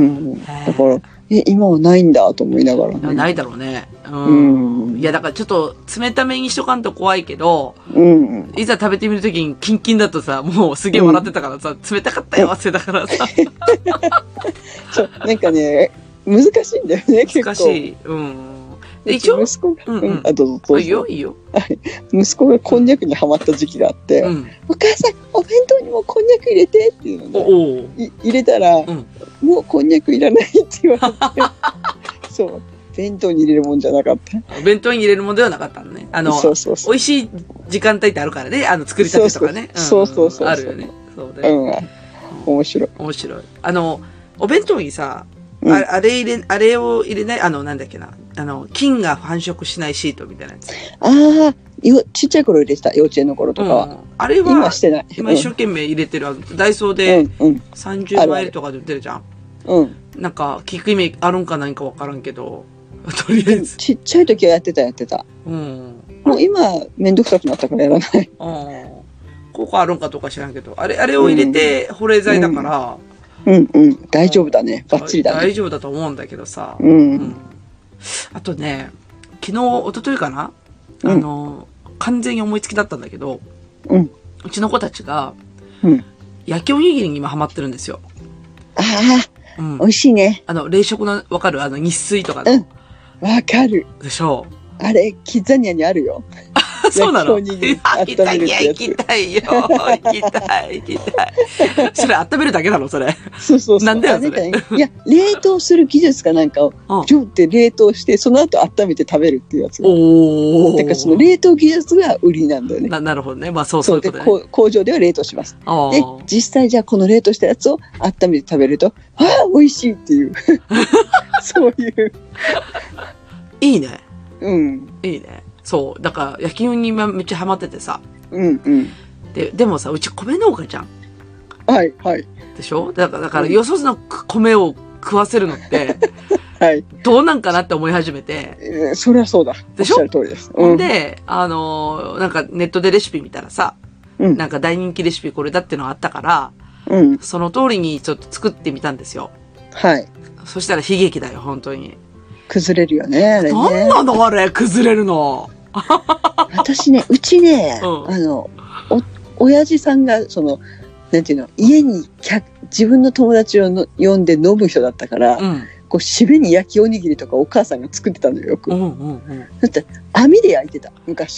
Speaker 3: だから、え、今はないんだと思いながら、ね。
Speaker 2: ないだろうね。うん。うん、いや、だからちょっと冷ためにしとかんと怖いけど、うん。いざ食べてみるときにキンキンだとさ、もうすげえ笑ってたからさ、うん、冷たかったよってだからさ。
Speaker 3: そう、なんかね、難しいんだよね、結構。難しい。
Speaker 2: うん。
Speaker 3: 一応息子が、うんうん、あ、どうぞどうぞ。
Speaker 2: いいよ、いいよ。
Speaker 3: 息子がこんにゃくにハマった時期があって、うん、お母さん、お弁当にもこんにゃく入れてっていうので、入れたら、うん、もうこんにゃくいらないって言われて、そう、弁当に入れるもんじゃなかった。
Speaker 2: 弁当に入れるもんではなかったのね。あの、そうそうそう、美味しい時間帯ってあるからね、あの、作りたてとかね。
Speaker 3: そうそうそう。
Speaker 2: あるよね。そうだよ。
Speaker 3: うん。面白い。
Speaker 2: 面白い。あの、お弁当にさ、うん、あ, あれ入れ、あれを入れない、あの、なんだっけな。あの、菌が繁殖しないシートみたいなやつ。
Speaker 3: ああ、ちっちゃい頃入れてた、幼稚園の頃とかは。うん、
Speaker 2: あれは、
Speaker 3: 今してない。
Speaker 2: 今一生懸命入れてる、うん、ダイソーでさんじゅうマイルとかで売ってるじゃん。うん。なんか、聞く意味あるんか何かわからんけど、とりあえず。
Speaker 3: ちっちゃい時はやってた、やってた。うん。もう今、めんどくさくなったからやらない。うん。
Speaker 2: 効果あるんかとか知らんけど、あれ、あれを入れて保冷剤だから、
Speaker 3: うんうんうん。大丈夫だね。バッチリだね。
Speaker 2: 大丈夫だと思うんだけどさ。うん。うん、あとね、昨日、一昨日かな、うん、あの、完全に思いつきだったんだけど、うん。うちの子たちが、うん。焼きおにぎりに今ハマってるんですよ。
Speaker 3: ああ、うん。美味しいね。
Speaker 2: あの、冷食の、わかるあの、日水とかの。
Speaker 3: うん。わかる。
Speaker 2: でしょう。
Speaker 3: あれ、キッザニアにあるよ。
Speaker 2: そうなの？
Speaker 3: 焼きおにぎり温めるってやつ。
Speaker 2: 行きたいよ。行きたい、行きたい。それ温めるだけなのそれ。
Speaker 3: そうそうそう。
Speaker 2: なんだよ、それ。
Speaker 3: いや、冷凍する技術かなんかを、ジョンって冷凍して、その後温めて食べるっていうやつ。おー。だからその冷凍技術が売りなんだよね。
Speaker 2: な、なるほどね。まあそうそういうことね。
Speaker 3: で、工場では冷凍します。で、実際じゃあこの冷凍したやつを温めて食べると、ああ、美味しいっていう。そういう。
Speaker 2: いいね。
Speaker 3: うん。
Speaker 2: いいね。そう。だから、焼き芋にめっちゃハマっててさ。
Speaker 3: うんうん。
Speaker 2: で、でもさ、うち米農家じゃん。
Speaker 3: はいはい。
Speaker 2: でしょだから、だから、よその米を食わせるのって、
Speaker 3: はい。
Speaker 2: どうなんかなって思い始めて。
Speaker 3: えー、そりゃそうだ。
Speaker 2: でしょ？
Speaker 3: おっしゃる通りです。
Speaker 2: ほんで、あのー、なんかネットでレシピ見たらさ、うん、なんか大人気レシピこれだってのがあったから、うん。その通りにちょっと作ってみたんですよ。
Speaker 3: はい。
Speaker 2: そしたら悲劇だよ、本当に。
Speaker 3: 崩れるよね、あれね。
Speaker 2: なんなのあれ、崩れるの。
Speaker 3: 私ね、うちね、うん、あの、お、親父さんが、その、なんていうの、家に客自分の友達をの呼んで飲む人だったから、うん、こう、締めに焼きおにぎりとかお母さんが作ってたのよ、よく。うんうんうん、だって、網で焼いてた、昔。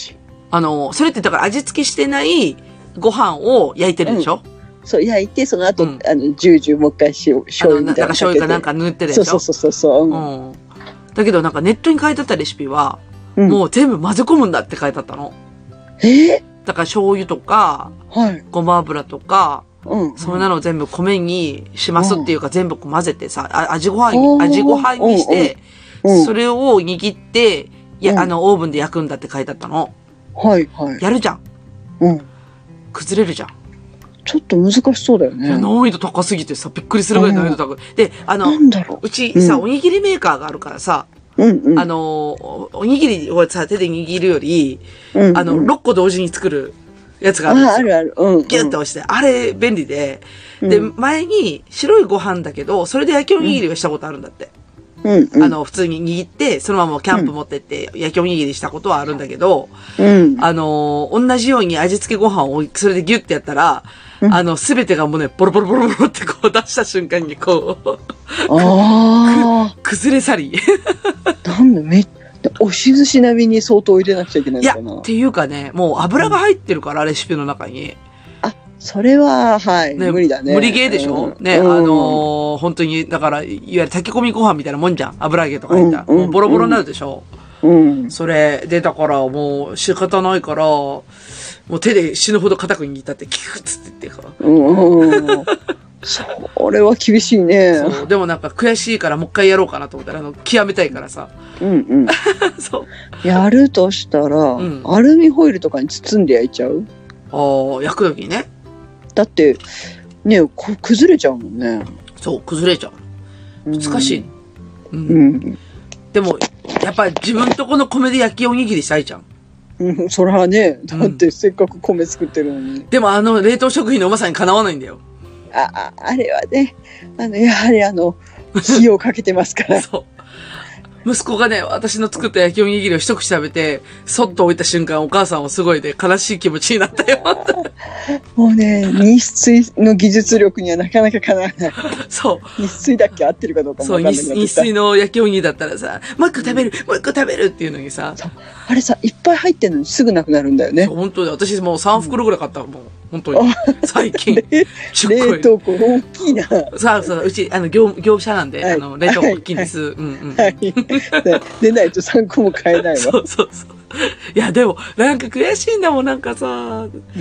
Speaker 2: あの、それってだから味付けしてないご飯を焼いてるでしょ、
Speaker 3: うん、そう、焼いて、その後、
Speaker 2: うん、
Speaker 3: あの、ジュージューもう一回塩、醤油みたいな。
Speaker 2: なんか醤油かなんか塗ってるでしょ。
Speaker 3: そうそうそうそう、うん。
Speaker 2: うん。だけどなんかネットに書いてあったレシピは、うん、もう全部混ぜ込むんだって書いてあったの。
Speaker 3: えー、
Speaker 2: だから醤油とか、はい、ごま油とか、うん、そんなのを全部米にしますっていうか、うん、全部混ぜてさ、味ご飯に、味ご飯にして、うんうん、それを握って、いや、うん、あの、オーブンで焼くんだって書いてあったの。
Speaker 3: はいはい。
Speaker 2: やるじゃん。
Speaker 3: うん。
Speaker 2: 崩れるじゃん。
Speaker 3: ちょっと難しそうだよね。
Speaker 2: 難易度高すぎてさ、びっくりするぐらい難易度高い。で、あの、
Speaker 3: なんだろう。
Speaker 2: うちさ、うん、おにぎりメーカーがあるからさ、
Speaker 3: うんうん、
Speaker 2: あの、おにぎりをさ、手で握るより、うんうん、あの、ろっこ同時に作るやつがあるんですよ。
Speaker 3: あ、あるある。うん、うん。
Speaker 2: ギュッと押して。あれ、便利で。で、うん、前に白いご飯だけど、それで焼きおにぎりをしたことあるんだって。うんうん、あの、普通に握って、そのままキャンプ持ってって、焼きおにぎりしたことはあるんだけど、うん、あの、同じように味付けご飯をそれでギュッてやったら、うん、あの、すべてがもうね、ボロボロボロボロってこう出した瞬間にこう、
Speaker 3: あ
Speaker 2: 崩れ去り。
Speaker 3: なんだ、めっ押し寿司並みに相当入れなくちゃいけないのかな。
Speaker 2: いや、っていうかね、もう油が入ってるから、レシピの中に。
Speaker 3: あ、それは、はい、ね、無理だね。
Speaker 2: 無理ゲーでしょ、うん、ね、うん、あのー、本当に、だから、いわゆる炊き込みご飯みたいなもんじゃん。油揚げとか入ったら。うん、もうボロボロになるでしょ、うん、それで、だからもう仕方ないから、もう手で死ぬほど硬く握ったって、キュッつって言ってから。うん
Speaker 3: それは厳しいね。
Speaker 2: そう。でもなんか悔しいからもう一回やろうかなと思ったら、あの、極めたいからさ。
Speaker 3: うんうん。そう。やるとしたら、うん、アルミホイルとかに包んで焼いちゃう？
Speaker 2: ああ、焼くときにね。
Speaker 3: だって、ね、こ崩れちゃうもんね。
Speaker 2: そう、崩れちゃう。難しい。うん。うん、でも、やっぱり自分とこの米で焼きおにぎりしたいじゃん。
Speaker 3: うん、それはね、だってせっかく米作ってるのに。
Speaker 2: うん、でもあの冷凍食品のうまさにかなわないんだよ。
Speaker 3: あ、あ、あれはね、あの、やはりあの、火をかけてますから。
Speaker 2: そう。息子がね、私の作った焼きおにぎりを一口食べて、そっと置いた瞬間、お母さんはすごいで、ね、悲しい気持ちになったよ。
Speaker 3: もうね、日水の技術力にはなかなかかなわない。
Speaker 2: そう。
Speaker 3: 日水だっけ合ってるかどうかもわかんない。
Speaker 2: そう、日水の焼きおにぎりだったらさ、もう一個食べる、うん、もう一個食べるっていうのにさ。そう。
Speaker 3: あれさ、いっぱい入ってるのにすぐなくなるんだよね。
Speaker 2: そう、本当に。私もうさん袋ぐらい買ったもん。本当に。最近。
Speaker 3: 冷凍庫大きいな。
Speaker 2: そうそう、うち、あの、業、業者なんで、はい、あの、冷凍庫大きいんです。はい、うんうん。はい。
Speaker 3: でないとさんこも買えないわ。
Speaker 2: そうそうそう。いや、でも、なんか悔しいんだもん、なんかさ、うん、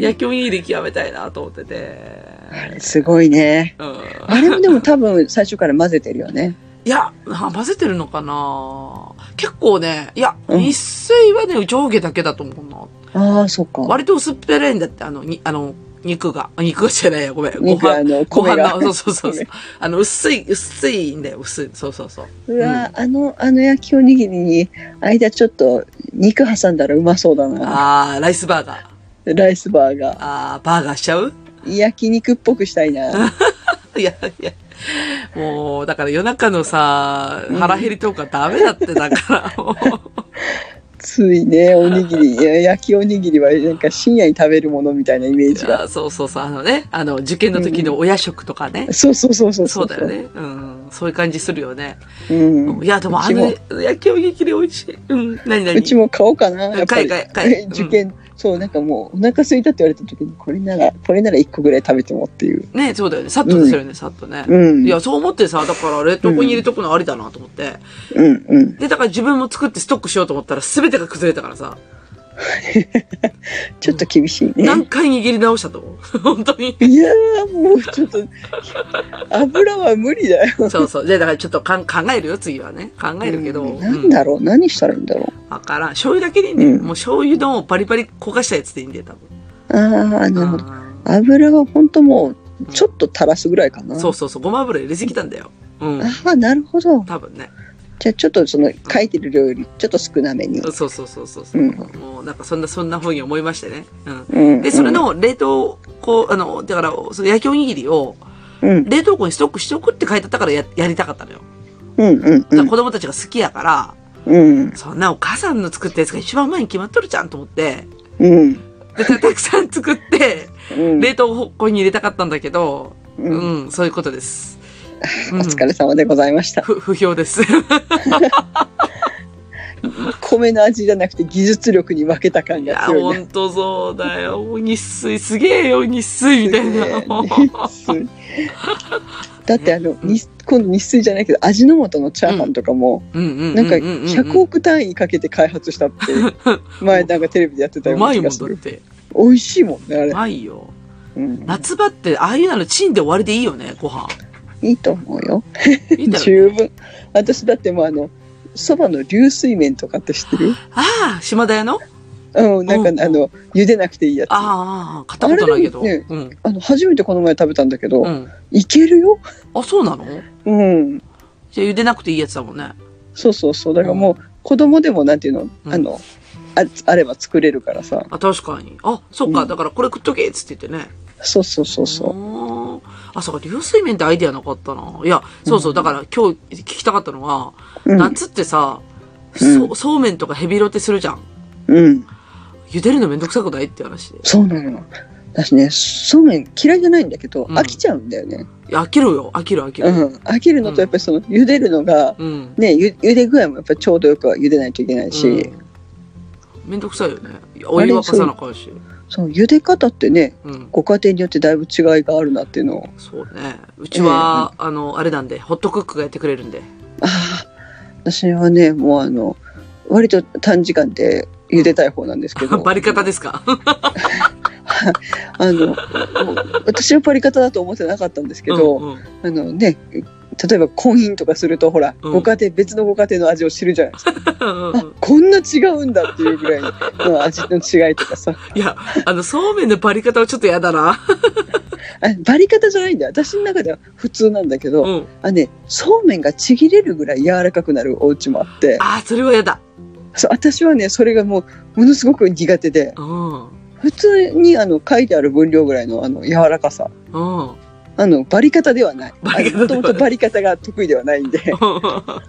Speaker 2: 焼きおにぎり極めたいなと思ってて。
Speaker 3: あれ、すごいね。うん、あれもでも多分最初から混ぜてるよね。
Speaker 2: いや、混ぜてるのかな結構ね、いや、うん、日水はね、上下だけだと思うな。
Speaker 3: ああ、そっか。
Speaker 2: 割と薄っぺらいんだって、あの、に、あの、肉が。肉がじゃないや、ごめん。
Speaker 3: ご飯、あの、
Speaker 2: ご飯の、そうそうそう。あの、薄い、薄いんだよ、薄い。そうそうそう。
Speaker 3: うわ、うん、あの、あの焼きおにぎりに、間ちょっと、肉挟んだらうまそうだな。
Speaker 2: ああ、ライスバーガ
Speaker 3: ー。ライスバーガー。
Speaker 2: ああ、バーガーしちゃう？
Speaker 3: 焼肉っぽくしたいな。
Speaker 2: いやいや。もう、だから夜中のさ、腹減りとかダメだって、だから、もう。
Speaker 3: ついね、おにぎり、焼きおにぎりはなんか深夜に食べるものみたいなイメージが。
Speaker 2: そうそうそう、あのね、あの、受験の時のお夜食とかね。
Speaker 3: うん、そうそうそうそう。
Speaker 2: そうだよね。うん。そういう感じするよね。うん。いや、でもあの、焼きおにぎり美味しい。うん。何々。
Speaker 3: うちも買おうかな。やっぱり。
Speaker 2: 買い買い買い。
Speaker 3: 受験。うんそう、なんかもう、お腹空いたって言われた時に、これなら、これなら一個ぐらい食べてもっていう。
Speaker 2: ね、そうだよね。さっとですよね、うん、さっとね。うん。いや、そう思ってさ、だから冷凍庫に入れとくのありだなと思って。
Speaker 3: うんうん。
Speaker 2: で、だから自分も作ってストックしようと思ったら、すべてが崩れたからさ。
Speaker 3: ちょっと厳しいね。
Speaker 2: 何回握り直したと思う本当に。
Speaker 3: いやー、もうちょっと、油は無理だよ。
Speaker 2: そうそう。で、だからちょっとかん考えるよ、次はね。考えるけど。うん、
Speaker 3: なんだろう、うん、何したらいいんだろ
Speaker 2: う。わからん。醤油だけでいいんだよ。うん、もう醤油のパリパリ焦がしたやつでいいんだよ、多
Speaker 3: 分。ああ、なるほど。油は本当もう、ちょっと垂らすぐらいかな。
Speaker 2: うん、そうそうそう。ごま油入れすぎたんだよ。うん。
Speaker 3: ああ、なるほど。
Speaker 2: 多分ね。
Speaker 3: じゃあちょっとその書いてる量よりちょっと少なめに。
Speaker 2: そうそうそうそうそう。うん、もうなんかそんなそんな風に思いましてね。うん。うん、でそれの冷凍こうあのだからその焼きおにぎりを冷凍庫にストックしておくって書いてあったからややりたかったのよ。うんうん、うん。だから子供たちが好きやから。うん。そんなお母さんの作ったやつが一番前に決まっとるじゃんと思って。うん。でたくさん作って、うん、冷凍庫に入れたかったんだけど、うん、うん、そういうことです。
Speaker 3: お疲れ様でございました。
Speaker 2: ふ不評です。
Speaker 3: 米の味じゃなくて技術力に負けた感
Speaker 2: いや、
Speaker 3: が強い、ね。
Speaker 2: ほんとそうだよ。もう日水すげえよ、日水みたいな。
Speaker 3: 日水だってあの、日今度日水じゃないけど味の素のチャーハンとかも、なんかひゃくおく単位かけて開発したって前なんかテレビでやってたような気がする。
Speaker 2: うまいもんだって。
Speaker 3: 美味しいもんねあれ。
Speaker 2: うまいよ。
Speaker 3: うん、
Speaker 2: 夏場ってああいうのチンで終わりでいいよね、ご飯。
Speaker 3: いいと思うよ。
Speaker 2: いいだろうね、
Speaker 3: 十分。私だってもうあのそばの流水麺とかって知ってる？
Speaker 2: ああ、島田屋の？
Speaker 3: うん、なんか、うん、あの茹でなくていいやつ。
Speaker 2: ああ、買ったことないけど。
Speaker 3: ね、うん、あの初めてこの前食べたんだけど、
Speaker 2: うん、
Speaker 3: いけるよ。
Speaker 2: あ、そうなの？
Speaker 3: うん。
Speaker 2: じゃあ茹でなくていいやつだもんね。
Speaker 3: そうそうそう。だからもう、うん、子供でもなんていうの、うん、あのあ、あれば作れるからさ。
Speaker 2: あ、確かに。あ、そっか、うん、だからこれ食っとけっつって言ってね。
Speaker 3: そうそうそうそう。
Speaker 2: あ、そうか、流水麺ってアイディアなかったな。いや、そうそう、だから今日聞きたかったのは、うん、夏ってさ、うん、そそうめんとかヘビロテするじゃん。うん。茹でるのめんどくさくないって話で。
Speaker 3: そうなの。私ね、そうめん嫌いじゃないんだけど、うん、飽きちゃうんだよね。
Speaker 2: いや、飽きるよ。飽きる飽きる。
Speaker 3: うん。飽きるのと、やっぱりその、茹でるのが、うん、ね、ゆ、茹で具合もやっぱりちょうどよく茹でないといけないし。うん、
Speaker 2: めんどくさいよね。お湯沸かさなあかんし。
Speaker 3: そう、茹で方ってね、うん、ご家庭によってだいぶ違いがあるなっていうのを。
Speaker 2: そうね。うちは、えー、あの、あれなんで、ホットクックがやってくれるんで。
Speaker 3: ああ、私はね、もうあの、割と短時間で茹でたい方なんですけど。
Speaker 2: バリ方ですか？
Speaker 3: あの、私はバリ方だと思ってなかったんですけど、うんうん、あのね、例えば婚姻とかするとほら、うん、ご家庭別のご家庭の味を知るじゃないですか。あ、こんな違うんだっていうぐらいの味の違いとかさ。
Speaker 2: いや、あのそうめんのバリ方はちょっとやだな。
Speaker 3: あ、バリ方じゃないんだよ。私の中では普通なんだけど、うん、あね、そうめんがちぎれるぐらい柔らかくなるお家もあって。
Speaker 2: あ、それはやだ。
Speaker 3: そう、私はね、それがもうものすごく苦手で、うん、普通にあの書いてある分量ぐらいのあの柔らかさ。うん、あのバリ方ではない。もともとバリ方が得意ではないんで。だから、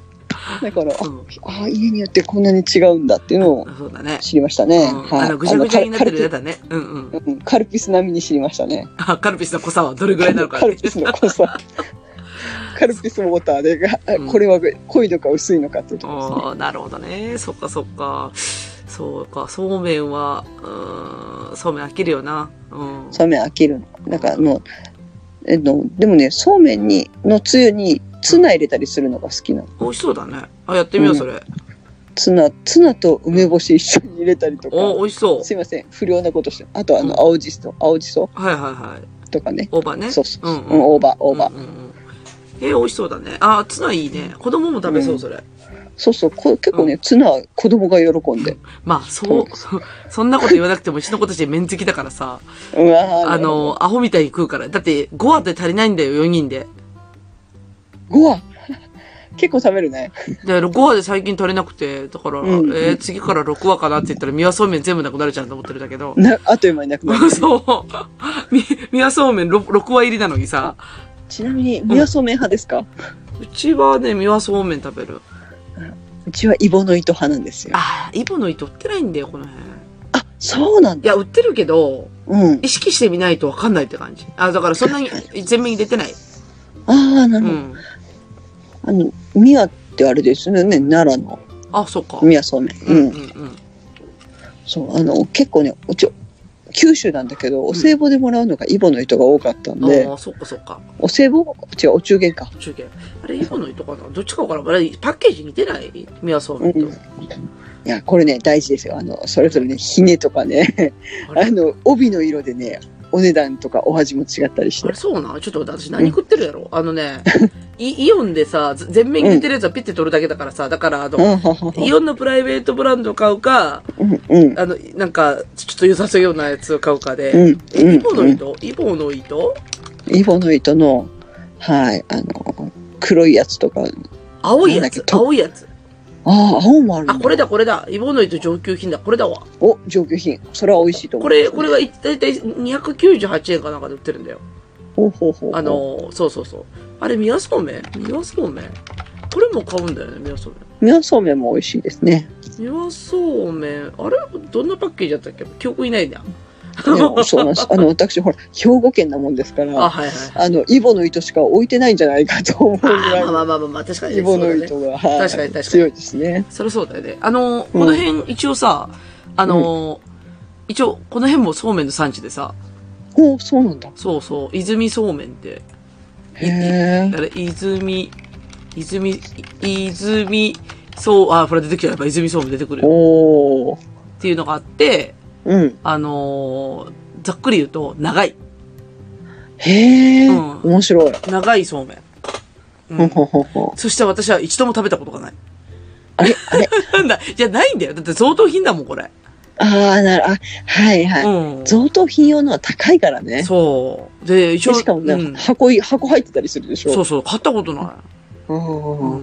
Speaker 3: うん、ああ、家によってこんなに違うんだっていうのを知りましたね。
Speaker 2: うん、はい、あのぐちゃぐちゃになってるやだね。うんうん。
Speaker 3: カルピス並みに知りましたね。
Speaker 2: あ、カルピスの濃さはどれぐらいなのか。
Speaker 3: カルピスの濃さ。カルピスウォーターで、うん、これは濃いのか薄いのかっていうところですね。
Speaker 2: なるほどね。そっかそっか。そうか、そうめんは、うん、そうめん飽きるよな。うん、
Speaker 3: そうめん飽きる。なんかもう、えっと、でもね、そうめんにのつゆにツナ入れたりするのが好きなの。
Speaker 2: 美味しそうだね。あ、やってみよう、うん、それ。
Speaker 3: ツナ、ツナと梅干し一緒に入れたりとか。
Speaker 2: お、美味しそう。
Speaker 3: すいません、不良なことして。あと、あの、青じそ、青じそ。
Speaker 2: はいはいはい。
Speaker 3: とかね。
Speaker 2: 大葉ね。
Speaker 3: そうそう。うん、うん、大葉、大葉。うんうんうん、
Speaker 2: えー、美味しそうだね。あ、ツナいいね。子供も食べそう、それ。うん、
Speaker 3: そうそう、こ結構ね、うん、ツナ子供が喜んで。
Speaker 2: まあ、そう、そんなこと言わなくても、うちの子たち麺好きだからさ。うわあの、アホみたいに食うから。だって、ごわって足りないんだよ、よにんで。
Speaker 3: ごわ結構食べるね。
Speaker 2: で、ごわで最近足りなくて、だから、うん、えー、次からろくわかなって言ったら、三輪そうめん全部なくなるじゃんと思ってるんだけど。
Speaker 3: な、あっという間になくなる。
Speaker 2: そう。み、三輪そうめんろくわ入りなのにさ。
Speaker 3: ちなみに、三輪そうめん派ですか？
Speaker 2: うん、うちはね、三輪そうめん食べる。
Speaker 3: うちはイボの糸派なんですよ。
Speaker 2: ああ、イボの糸売ってないんだよ、この辺。
Speaker 3: あ、そうなんだ。
Speaker 2: いや、売ってるけど、うん、意識してみないと分かんないって感じ。あ、だからそんなに全面に出てない。
Speaker 3: ああ、なるほど。うん、あの、宮ってあれですね、奈良の。
Speaker 2: あ、そうか。
Speaker 3: 宮そうめん。うん。うんうんうん、そう、あの、結構ね、うち、九州なんだけど、お歳暮でもらうのがイボの糸が多かったんで。
Speaker 2: ああ、そっかそっか。
Speaker 3: お歳暮違う、お中元か。
Speaker 2: お中元。あれ、イボの糸かなどっちかわからん。あれ、パッケージ似てない宮そうめんと。うん、い
Speaker 3: や、これね、大事ですよ。あの、それぞれね、ひねとかね、あ, あの、帯の色でね、お値段とかお味も違ったりして。
Speaker 2: あれ、そうなちょっと私何食ってるやろ、うん、あのね、イ, イオンでさ、全面に出てるやつはピッて取るだけだからさ、だから、あの、うん、イオンのプライベートブランド買うか、うんうん、あの、なんか、ちょっと良さそうようなやつを買うかで、うんうん、イボの糸、イボの糸
Speaker 3: イボの糸の、はい、あの、黒いやつとか。
Speaker 2: 青いやつ青いやつ。
Speaker 3: ああ、青もある。
Speaker 2: あ、これだ、これだ。イボの糸上級品だ。これだわ。
Speaker 3: お、上級品。それは美味しいと思う。
Speaker 2: これ、これがだいたいにひゃくきゅうじゅうはちえんかなんかで売ってるんだよ。
Speaker 3: ほうほうほう。
Speaker 2: あの、そうそうそう。あれ、宮そうめん宮そうめんこれも買うんだよね、宮そう
Speaker 3: めん。宮そうめんも美味しいですね。
Speaker 2: 宮そうめんあれどんなパッケージだったっけ記憶いないんだ。
Speaker 3: でもそうなんです。あの、私、ほら、兵庫県なもんですから、
Speaker 2: あ、はいはい。
Speaker 3: あの、イボの糸しか置いてないんじゃないかと思うぐらい。
Speaker 2: まあまあまあまあまあ、確かに、ね。
Speaker 3: イボの糸が、
Speaker 2: 確かに確かに。
Speaker 3: 強いですね。
Speaker 2: そりゃそうだよね。あの、この辺、一応さ、あの、一応、この辺もそうめんの産地でさ。
Speaker 3: おそうなんだ。
Speaker 2: そうそう、泉そうめんって。
Speaker 3: へぇ
Speaker 2: あれ、泉、泉、泉、そう、あ、これ出てきたらやっぱ泉そうめん出てくるよ。
Speaker 3: お
Speaker 2: っていうのがあって、
Speaker 3: うん。
Speaker 2: あのー、ざっくり言うと、長い。
Speaker 3: へぇ、
Speaker 2: うん、
Speaker 3: 面白い。
Speaker 2: 長いそうめん。うん、ほほほそして私は一度も食べたことがない。
Speaker 3: あれあれ
Speaker 2: なんだ、じゃないんだよ。だって贈答品だもん、これ。
Speaker 3: ああ、なる、あ、はいはい。うん、贈答品用のは高いからね。
Speaker 2: そう。で、一応。
Speaker 3: しかもね、うん、箱、箱入ってたりするでしょ。
Speaker 2: そうそう、買ったことない。
Speaker 3: うん、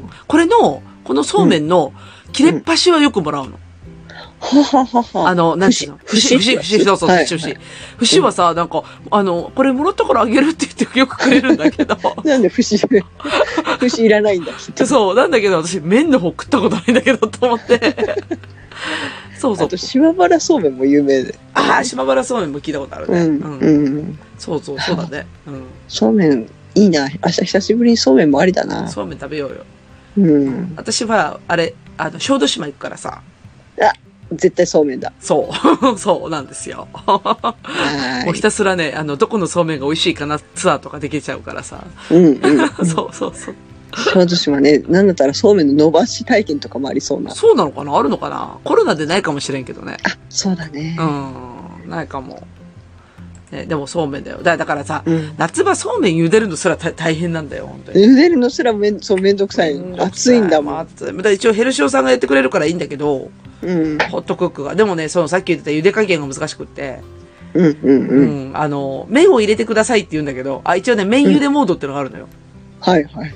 Speaker 2: これの、このそうめんの切れっ端はよくもらうの。
Speaker 3: はははは。
Speaker 2: あの、なんていうの節、節、節、そうそう、節、節。節はさ、なんか、あの、これもらったからあげるって言ってよくくれるんだけど。
Speaker 3: なんで節、節いらないんだ。
Speaker 2: そう、なんだけど、私、麺の方食ったことないんだけど、と思って。そうそう。
Speaker 3: あと、島原そうめんも有名で。
Speaker 2: ああ、島原そうめんも聞いたことあるね。うん。うん。そうそう、そうだね。うん。
Speaker 3: そうめん、いいな。明日久しぶりにそうめんもありだな。
Speaker 2: そうめん食べようよ。
Speaker 3: うん。私
Speaker 2: は、あれ、あの、小豆島行くからさ。
Speaker 3: あ、絶対そうめんだ。
Speaker 2: そう。そうなんですよ。もうひたすらね、あの、どこのそうめんが美味しいかなツアーとかできちゃうからさ。
Speaker 3: うん、うん。
Speaker 2: そうそうそう。
Speaker 3: 小豆島ね、なんだったらそうめんの伸ばし体験とかもありそうな。
Speaker 2: そうなのかなあるのかなコロナでないかもしれんけどね。
Speaker 3: あ、そうだね。
Speaker 2: うん。ないかも。ね、でもそうめんだよ。だだからさ、うん、夏場そうめん茹でるのすら大変なんだよ、本当に。
Speaker 3: 茹でるのすらめん、そう、めんどくさい。暑いんだもん。
Speaker 2: 暑い。だ一応ヘルシオさんがやってくれるからいいんだけど、うん、ホットクックが。でもね、そのさっき言ってた茹で加減が難しくって、
Speaker 3: うんうんうん。
Speaker 2: うん、あの、麺を入れてくださいって言うんだけど、あ、一応ね、麺茹でモードってのがあるのよ。
Speaker 3: うん、はいはい。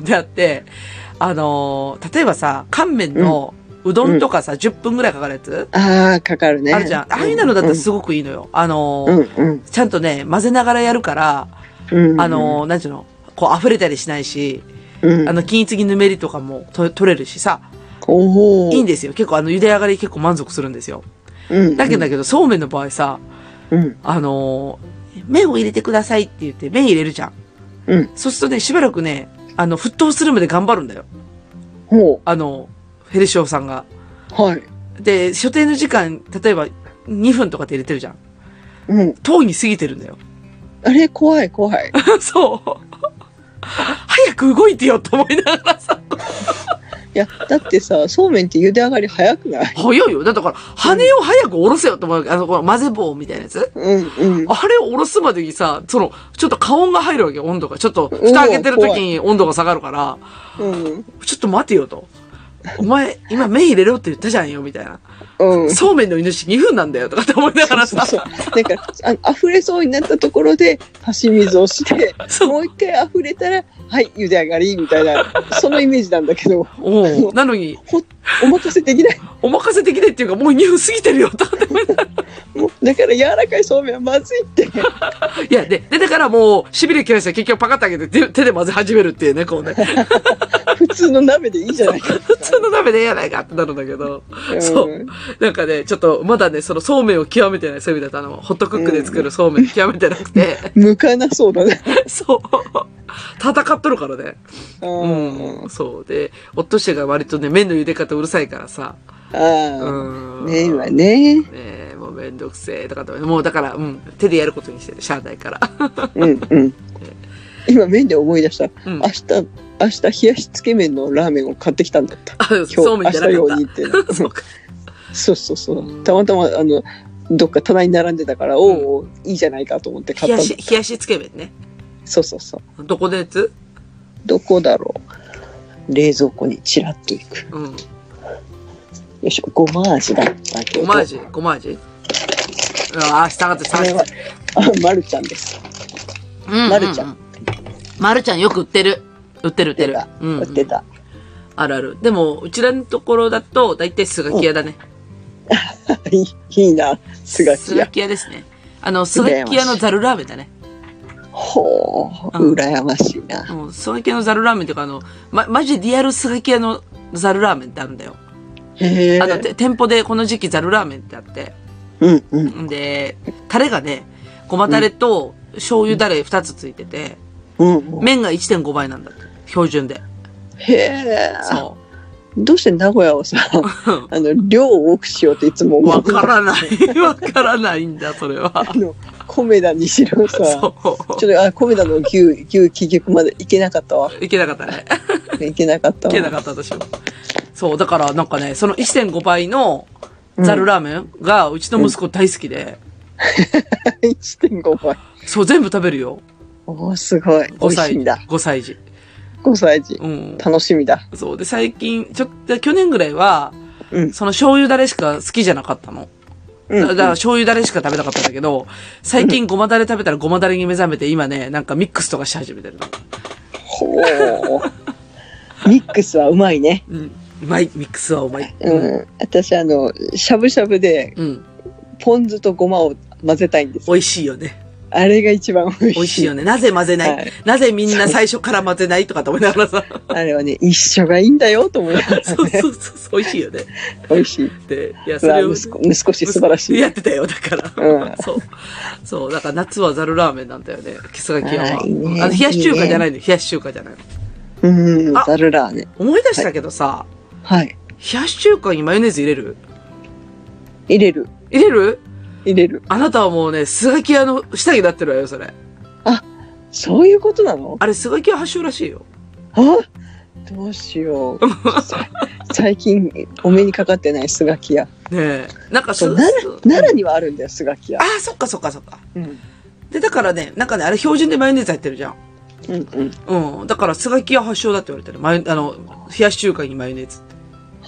Speaker 2: であって、あの、例えばさ、乾麺の、うどんとかさ、うん、じゅっぷんぐらいかかるやつ
Speaker 3: ああ、かかるね。
Speaker 2: あるじゃん。ああいうのだったらすごくいいのよ。うん、あの、うんうん、ちゃんとね、混ぜながらやるから、うんうん、あの、なんていうの、こう溢れたりしないし、うん、あの、均一にぬめりとかもと取れるしさ、いいんですよ。結構あの、茹で上がり結構満足するんですよ。うんうん、だけど、だけど、そうめんの場合さ、うん、あの、麺を入れてくださいって言って麺入れるじゃん。うん、そうするとね、しばらくね、あの、沸騰するまで頑張るんだよ。
Speaker 3: ほう。
Speaker 2: あの、ヘルシオさんが。
Speaker 3: はい。
Speaker 2: で、所定の時間、例えばにふんとかって入れてるじゃん。うん。とうに過ぎてるんだよ。
Speaker 3: あれ怖い怖い。
Speaker 2: そう。早く動いてよと思いながらさ。
Speaker 3: いや、だってさ、そうめんって茹で上がり早くない？
Speaker 2: 早いよ。だから、羽を早く下ろせよと思う。あの、この混ぜ棒みたいなやつ。うんうん。あれを下ろすまでにさ、その、ちょっと加温が入るわけよ、温度が。ちょっと、蓋開けてる時に温度が下がるから、うん。ちょっと待てよと。お前、今麺入れろって言ったじゃんよ、みたいな。うん。そうめんの命にふんなんだよ、とかって思いながらさ。そうそう
Speaker 3: そう。なんか、あ溢れそうになったところで、足し水をして、もう一回溢れたら、はい、茹で上がり、みたいな、そのイメージなんだけど。
Speaker 2: おなのに
Speaker 3: ほ、お任せできない。
Speaker 2: お任せできないっていうか、もうにふん過ぎてるよ、とかって思いながら。
Speaker 3: もうだから柔らかいそうめんはまずいって。
Speaker 2: いや、で、で、だからもう、痺れ切らして結局パカッと開けて手で混ぜ始めるっていうね、こうね。
Speaker 3: 普通の鍋でいいじゃないか。
Speaker 2: 普通の鍋でいいじゃないかってなるんだけど。うん、そう。なんかね、ちょっと、まだね、そのそうめんを極めてない、そういう意味だと、あの、ホットクックで作るそうめん極めてなくて。
Speaker 3: 向かなそうだね。
Speaker 2: そう。戦っとるからね。うん。そう。で、夫氏が割とね、麺の茹で方うるさいからさ。
Speaker 3: ああ。うん。麺はね。
Speaker 2: ねえ、もうめんどくせえとかと、もうだから、うん、手でやることにしてる、しゃあないから。
Speaker 3: うんうん。今麺で思い出した。うん、明日、明日冷やしつけ麺のラーメンを買ってきたんだった。
Speaker 2: あ、そうめんじゃなかった。明日用にって。
Speaker 3: そうか。そうそうそう。たまたま、あの、どっか棚に並んでたから、おお、うん、いいじゃないかと思って買ったんだった。
Speaker 2: 冷やし、冷やしつけ麺ね。
Speaker 3: そうそうそう。
Speaker 2: どこのやつ？
Speaker 3: どこだろう。冷蔵庫にチラッといく。うん。よいしょ、ごま味だったけど。
Speaker 2: ごま味ごま味ああ、下がって下がって。
Speaker 3: あ、まるちゃんです。
Speaker 2: うん、うん。まるちゃん。まるちゃんよく売ってる。売ってる売ってる。
Speaker 3: うん、売ってた。
Speaker 2: あるある。でも、うちらのところだと、だいたいスガキ屋だね。
Speaker 3: いい、いいな、スガキ屋。
Speaker 2: スガキ屋ですね。あの、スガキ屋のザルラーメンだね。
Speaker 3: ほう、うん、羨ましいな。
Speaker 2: うん、スガキ屋のザルラーメンっていうか、あの、ま、マジリアルスガキ屋のザルラーメンってあるんだよ。
Speaker 3: へえ。
Speaker 2: あの、店舗でこの時期ザルラーメンってあって。
Speaker 3: うんうん。
Speaker 2: で、タレがね、ごまタレと醤油タレふたつついてて、
Speaker 3: うんうん、
Speaker 2: 麺が いってんご 倍なんだって。標準で。
Speaker 3: へえ。
Speaker 2: そう。
Speaker 3: どうして名古屋をさ、あの、量を多くしようっていつも思う。
Speaker 2: わからない。わからないんだ、それは。
Speaker 3: あの、米田にしろさ、ちょっと、あ、米田の牛、牛、結局まで行けなかったわ。
Speaker 2: 行けなかったね。
Speaker 3: 行けなかったわ。
Speaker 2: 行けなかった、私も。そう、だからなんかね、その いってんご 倍のザルラーメンが、うちの息子大好きで。
Speaker 3: うん、いってんご 倍。
Speaker 2: そう、全部食べるよ。
Speaker 3: おー、すごい。美味しいんだ。
Speaker 2: ごさい児。
Speaker 3: ごさい児。うん。楽しみだ。
Speaker 2: そう。で、最近、ちょっと、去年ぐらいは、
Speaker 3: うん、
Speaker 2: その醤油だれしか好きじゃなかったの。うん、だから醤油だれしか食べなかったんだけど、最近ごまだれ食べたらごまだれに目覚めて、今ね、なんかミックスとかし始めてるの。
Speaker 3: ほー。ミックスはうまいね。
Speaker 2: うん。うまい。ミックスはうまい。
Speaker 3: うん。うん、私、あの、しゃぶしゃぶで、うん、ポン酢とごまを混ぜたいんです。
Speaker 2: 美味しいよね。
Speaker 3: あれが一番美味しい。
Speaker 2: 美味しいよね。なぜ混ぜない、はい、なぜみんな最初から混ぜないとかと思いながらさ。
Speaker 3: あれはね、一緒がいいんだよと思いながら、ね。
Speaker 2: そうそうそう。美味しいよね。
Speaker 3: 美味しい。
Speaker 2: で、いや、それを。
Speaker 3: 息子、息子し素晴らしい。
Speaker 2: やってたよ、だから。うん。そう。そう。だから夏はザルラーメンなんだよね。キスガキ屋は。いいね、あの、冷やし中華じゃないの。冷やし中華じゃないの。
Speaker 3: うん、ザルラーメン。
Speaker 2: 思い出したけどさ。
Speaker 3: はい。
Speaker 2: 冷やし中華にマヨネーズ入れる？
Speaker 3: 入れる。
Speaker 2: 入れる？
Speaker 3: 入れる。
Speaker 2: あなたはもうね、スガキ屋の下着になってるわよ、それ。
Speaker 3: あ、そういうことなの？
Speaker 2: あれ、スガキ屋発祥らしいよ。
Speaker 3: あ、どうしよう。最近、お目にかかってないスガキ屋。ね
Speaker 2: え。なんか
Speaker 3: そう、奈良、奈良にはあるんだよ、スガキ屋。
Speaker 2: ああ、そっかそっかそっか。うん。で、だからね、なんかね、あれ標準でマヨネーズ入ってるじゃん。
Speaker 3: うんうん。
Speaker 2: うん。だから、スガキ屋発祥だって言われてる。マヨ、あの、冷やし中華にマヨネーズって。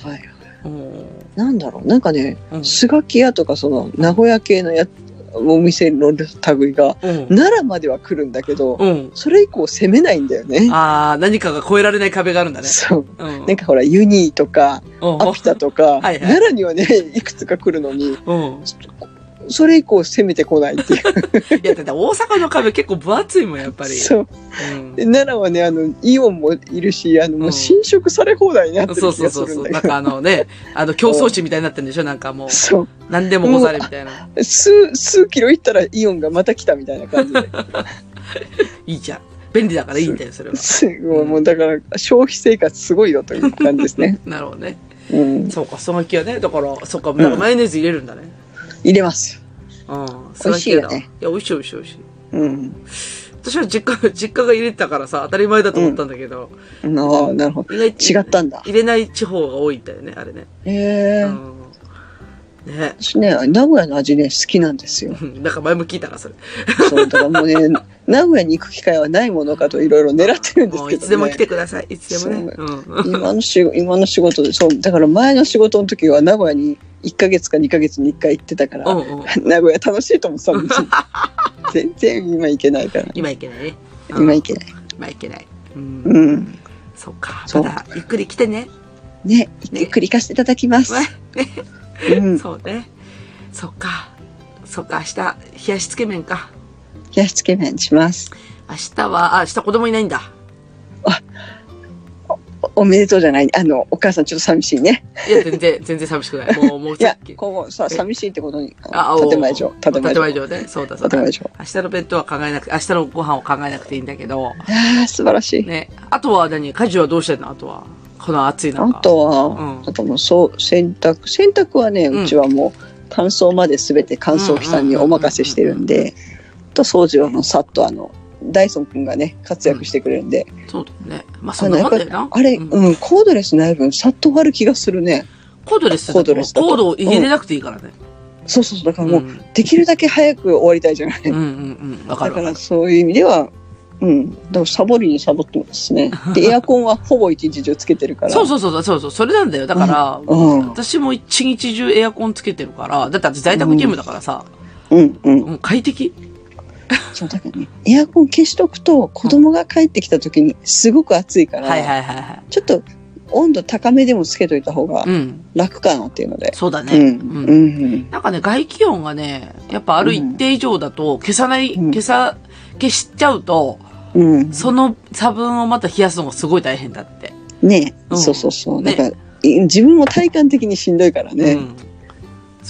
Speaker 3: はい。なんだろう、なんかね、スガキ屋とかその名古屋系のやお店の類が、うん、奈良までは来るんだけど、うん、それ以降攻めないんだよね。
Speaker 2: ああ、何かが越えられない壁があるんだね。
Speaker 3: そう。うん、なんかほら、ユニーとか、アピタとか、はいはい、奈良にはね、いくつか来るのに、うん、それ以降攻めてこないっていう。
Speaker 2: いや、だって大阪の壁結構分厚いもん、やっぱり。
Speaker 3: そう。うん、で奈良はね、あの、イオンもいるし、あの、もう侵食され放題になってる気がするんだけど、うん、そうそうそう。なんかあのね、あの、競争地みたいになってるんでしょ、なんかもう。そう。何でもござれみたいな。 数、数キロ行ったらイオンがまた来たみたいな感じで。
Speaker 2: いいじゃん。便利だからいいんだよ、それは。
Speaker 3: すごい、もうだから、消費生活すごいよという感じですね。
Speaker 2: なるほどね。うん。そうか、その気はね、だから、そうか、なんかマヨネーズ入れるんだね。
Speaker 3: 入れます。
Speaker 2: うん、美味しいよね。いや、美味しい美味しい美味しい。うん。私は実家、実家が入れてたからさ、当たり前だと思ったんだけど。
Speaker 3: うん、ああ、なるほど。違ったんだ。
Speaker 2: 入れない地方が多いんだよね、あれね。
Speaker 3: へえ。うん、ね。私ね、名古屋の味ね、好きなんですよ。
Speaker 2: なんか前も聞いたな、それ。
Speaker 3: そう、だからもうね、名古屋に行く機会はないものかといろいろ狙ってるんですけどね。
Speaker 2: いつでも来てください。いつでもね。
Speaker 3: うん、今の仕、今の仕事で、そう、だから前の仕事の時は名古屋にいっかげつかにかげつにいっかい行ってたから、うんうん、名古屋楽しいと思ってたんですよ。全然今行けないから。
Speaker 2: 今行けないね。
Speaker 3: うん、今行けない。
Speaker 2: 今行けない。
Speaker 3: うん。うん、
Speaker 2: そうか。ただ、ゆっくり来てね。
Speaker 3: ね、ゆっくり行かせていただきます。
Speaker 2: ねうん、そうね。そっか。そっか、明日、冷やしつけ麺か。
Speaker 3: 冷やしつけ麺します。
Speaker 2: 明日は、あ、明日子供いないんだ。
Speaker 3: あ、お、おめでとうじゃない。あの、お母さんちょっと寂しいね。
Speaker 2: いや、全然、全然寂しくない。もう、もう
Speaker 3: いや、こうさ、寂しいってことに。
Speaker 2: あ、
Speaker 3: 建前上。
Speaker 2: 建前上。建前上ね。そうだ、そうだ。
Speaker 3: 建前上。
Speaker 2: 明日の弁当は考えなくて、明日のご飯を考えなくていいんだけど。
Speaker 3: ああ、素晴らしい。
Speaker 2: ね。あとは何？家事はどうしてんの？あとは。この暑い中。
Speaker 3: あとは、うん、あともう、そう、洗濯。洗濯はね、うちはもう、乾燥まで全て乾燥機さんにお任せしてるんで、と掃除をのさっとあの、ダイソン君がね、活躍してくれるんで。
Speaker 2: うん、そうだね。まあ、そんなもんだよな。
Speaker 3: あれ、うん、うん、コードレスない分、さっと終わる気がするね。
Speaker 2: コードレスだとコードレスだとコードを入れなくていいからね。
Speaker 3: うん、そうそうそう。だからもう、うん、できるだけ早く終わりたいじゃない。うんうんうん。わかる。だからそういう意味では、うん。だからサボりにサボってますね。で、エアコンはほぼ一日中つけてるから。
Speaker 2: そうそうそうそうそう。それなんだよ。だから、うん、私も一日中エアコンつけてるから、だって私在宅勤務だからさ。
Speaker 3: うんうん。
Speaker 2: もう快適。
Speaker 3: そうだけどね。エアコン消しとくと、子供が帰ってきた時にすごく暑いから、
Speaker 2: はいはいはいはい。
Speaker 3: ちょっと温度高めでもつけといた方が楽かなっていうので。
Speaker 2: うん、そうだね。うん。うんうん、なんかね、外気温がね、やっぱある一定以上だと消さない、うん、消さ、消しちゃうと、うん、その差分をまた冷やすのがすごい大変だって。
Speaker 3: ねえ、うん、そうそうそう。ね、だから自分も体感的にしんどいからね。うん、
Speaker 2: そう。